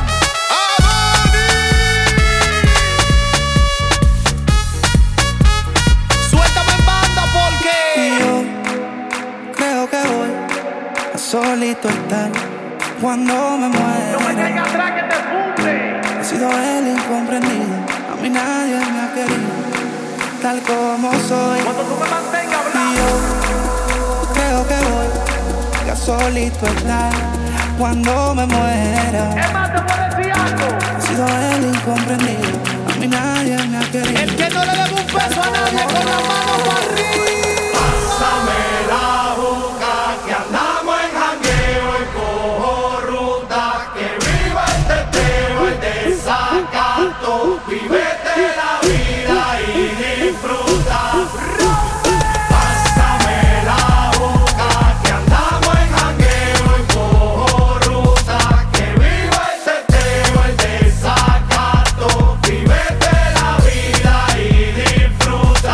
Suéltame en banda porque yo creo que voy a solito estar cuando me muera. No me tengas atrás que te funde. He sido el incomprendido, a mí nadie me ha querido tal como soy. Cuando tú me mantengas y yo creo que voy a solito estar cuando me muera. Es más, te puedo decir algo. He sido el incomprendido, a mí nadie me ha querido. El que no le debe un peso a nadie con la mano para arriba. Pásame la boca, que andamos en jangueo y cojo ruta, que viva el teteo, el desacato, vívete la vida y disfruta. Pásame la boca, que andamos en jangueo y cojo ruta, que viva el teteo, el desacato, vívete la vida y disfruta.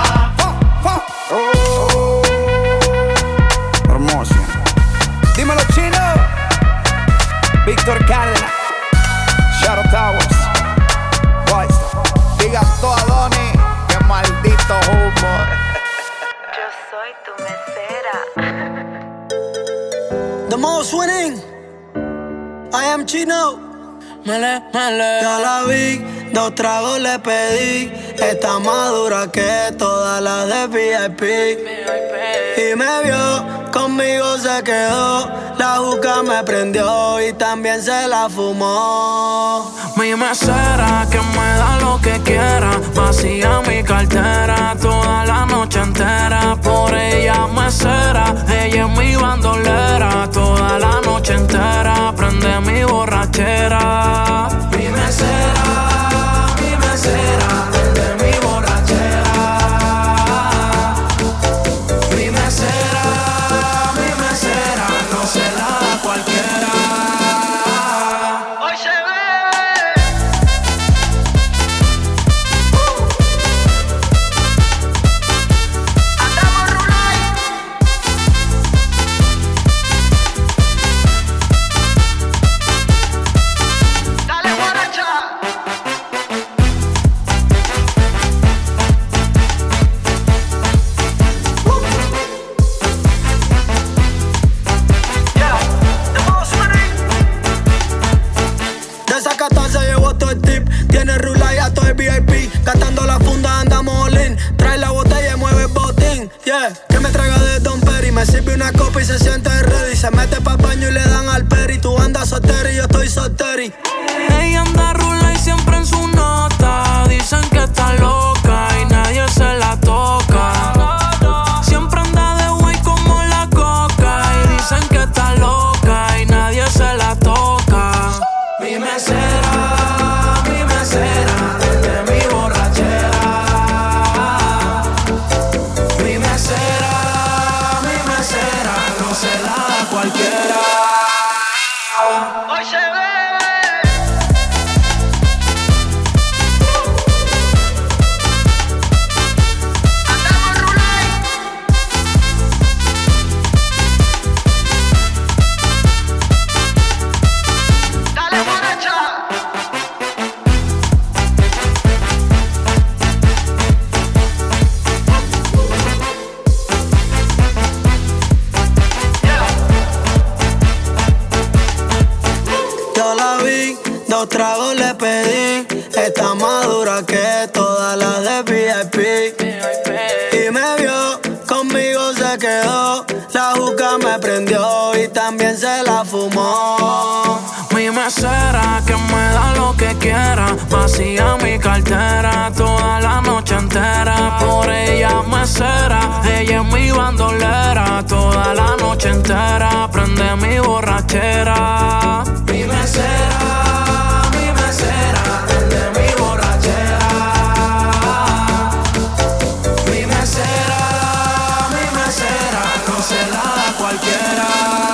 Hermoso. Dímelo, Chino. Víctor Cárdenas, Shadow Towers, Boys. Diga todo a Donnie, que maldito humo. Yo soy tu mesera. The most winning, I am Chino. Mele, mele. Ya la vi, dos tragos le pedí. Está más dura que todas las de V I P. Y me vio, conmigo se quedó. La juca me prendió y también se la fumó. Mi mesera que me da lo que quiera, vacía mi cartera toda la noche entera. Por ella mesera, ella es mi bandolera. Toda la noche entera prende mi borrachera. Mi mesera, mi mesera, prende mi borrachera. Mi mesera, mi mesera, no se la da cualquiera. Hoy se ve. Andamos rulay. Dale guaracha. pedí. Está más dura que todas las de V I P. Y me vio, conmigo se quedó. La juca me prendió y también se la fumó. Mi mesera que me da lo que quiera, vacía mi cartera toda la noche entera. Por ella mesera, ella es mi bandolera. Toda la noche entera prende mi borrachera. Mi mesera, mi mesera, prende mi borrachera. Mi mesera, mi mesera, no se la da cualquiera.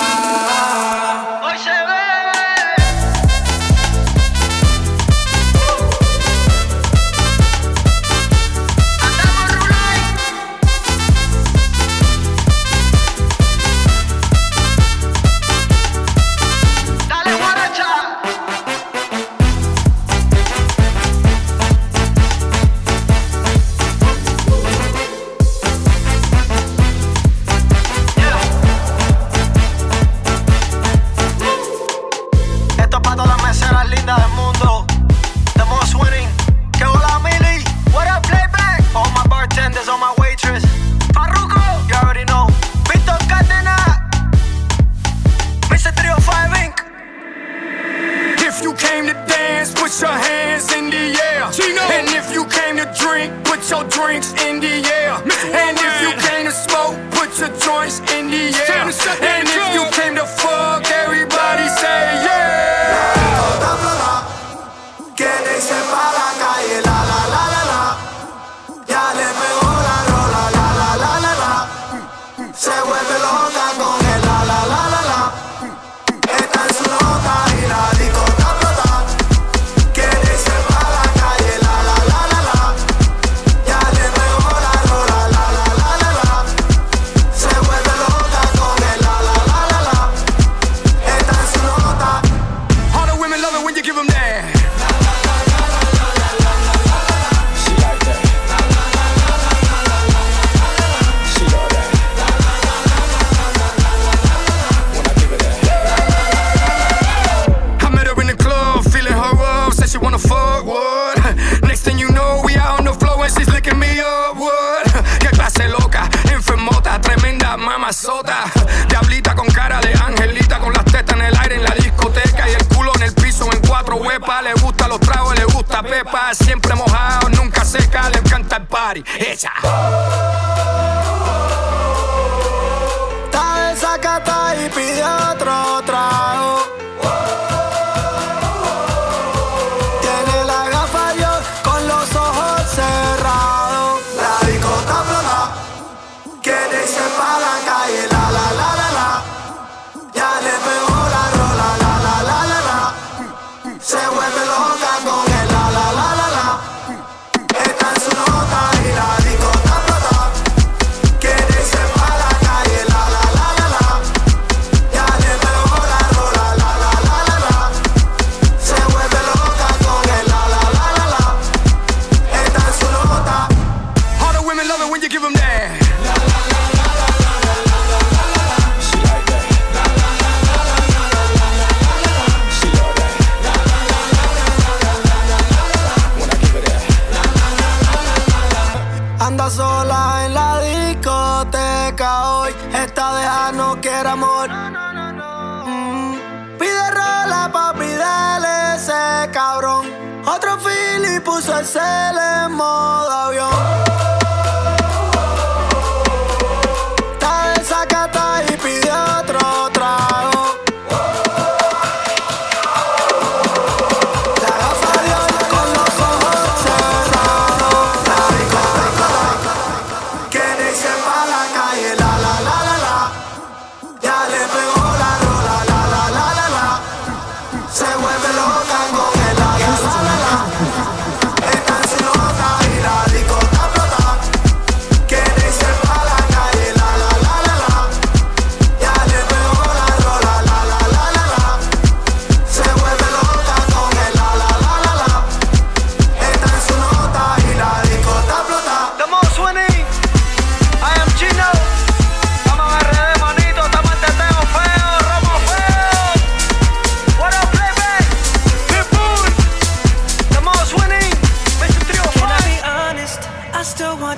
Diablita con cara de angelita, con las tetas en el aire en la discoteca y el culo en el piso en cuatro huepas. Le gusta los tragos, le gusta pepa, siempre mojado, nunca seca, le encanta el party. Echa. Está desacata y pide otro trago. Tiene la gafa Dios con los ojos cerrados. La discota flota, quiere irse pa' la calle, la la la la la. Ya le pegó la rola, la la la la la. Se vuelve loca con el la la la la la. Está en su nota y la discota flota, quiere irse pa' la calle, la la la la la. Ya le pegó la rola, la la la la la. Se vuelve loca con el la la la la la. Está en su nota. All the women love it when you give them that. Anda sola en la discoteca hoy. Esta deja no quiere amor. Mm. Pide rola, papi, dale ese cabrón. Otro fili puso el cel en modo avión. Está desacata y pide otro trago. La gafa Dios con los ojos cerrados. La discoteca quiere irse pa' la calle, la la la la la. Ya le pegó la rola, la la la la la. Se vuelve loca con el la la la la la. Está en su nota y la discota flota.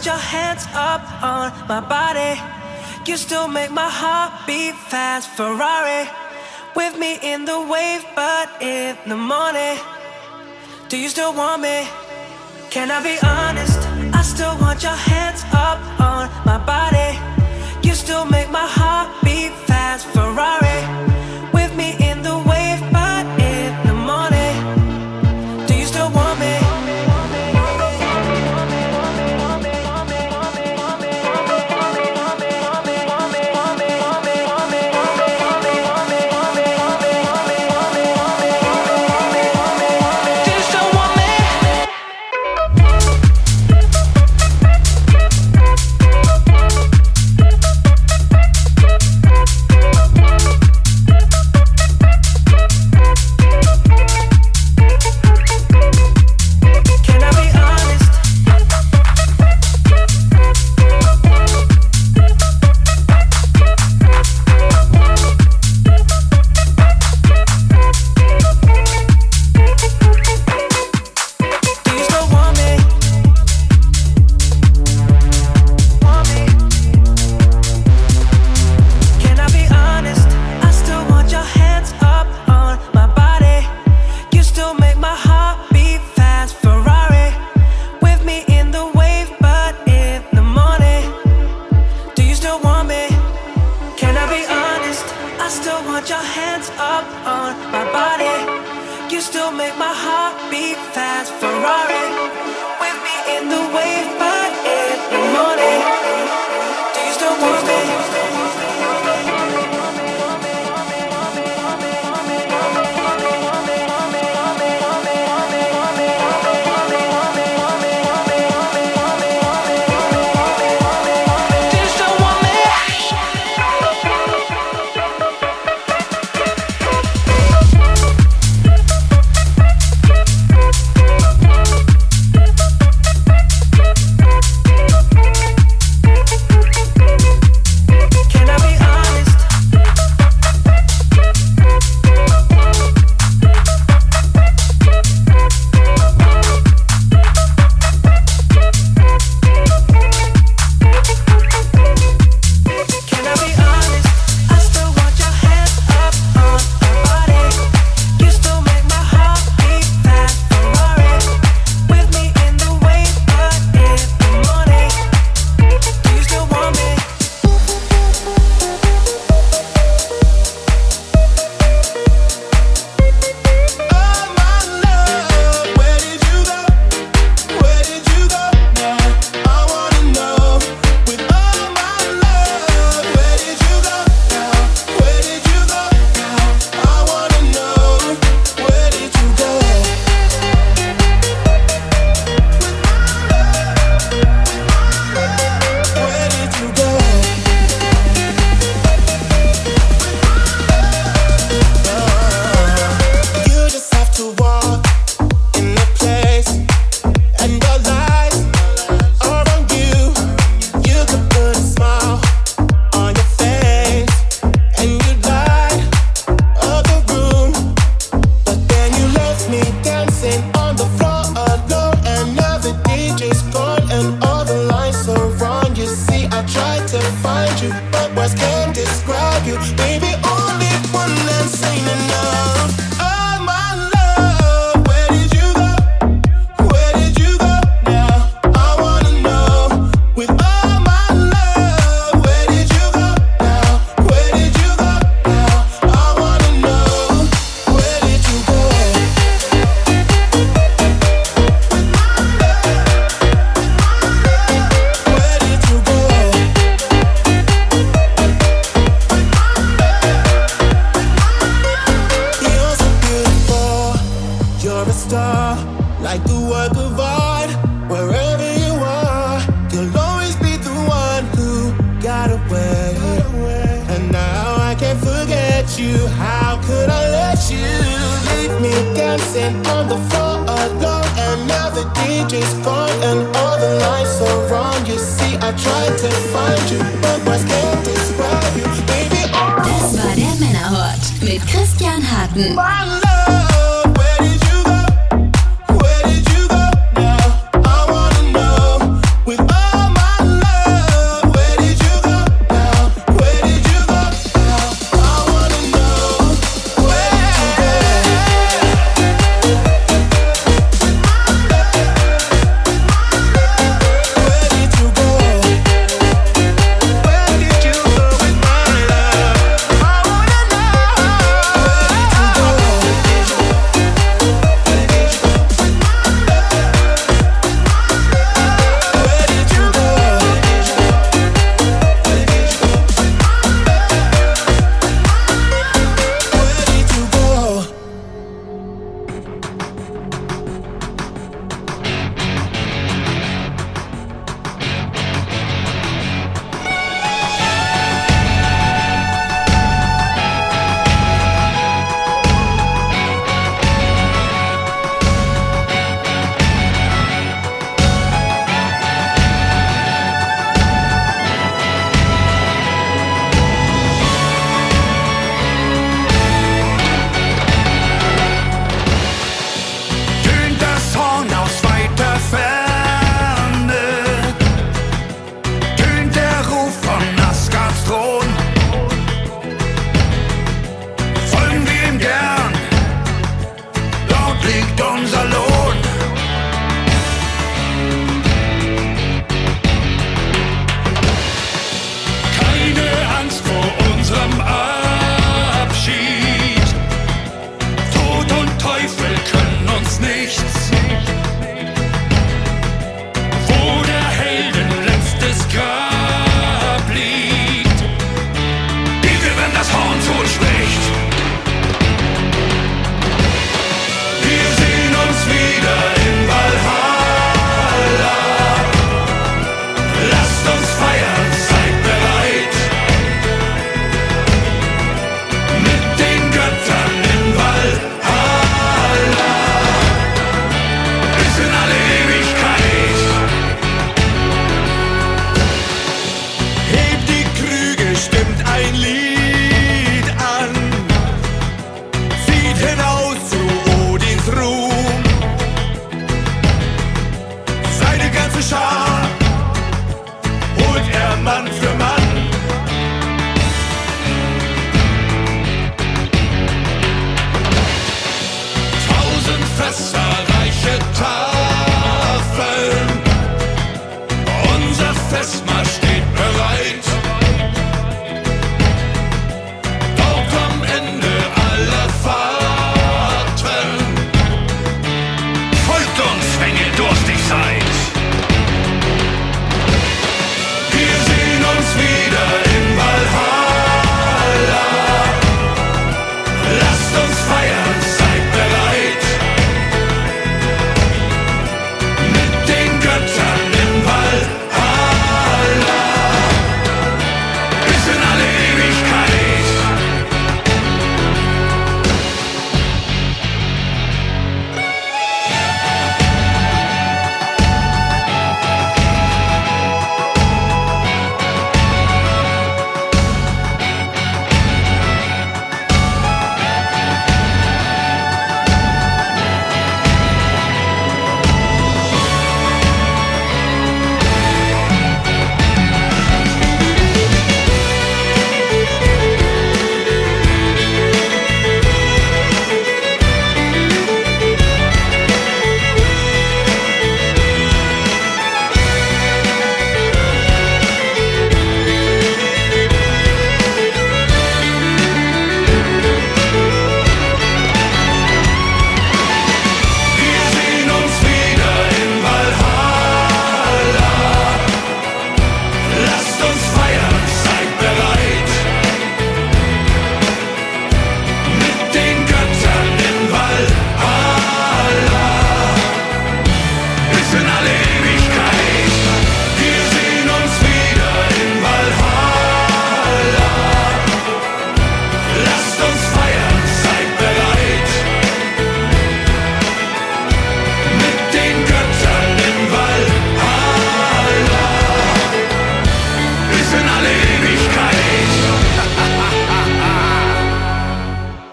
want your hands up on my body. You still make my heart beat fast. Ferrari, with me in the wave, but in the morning. Do you still want me? Can I be honest? I still want your hands up on my body. You still make my heart beat fast. Ferrari, with me in the wave, but in the morning. Do you still want me? Das war der Männerhort mit Christian Harten. Where did you go now? I wanna know with all my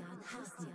Hastian, Hastian.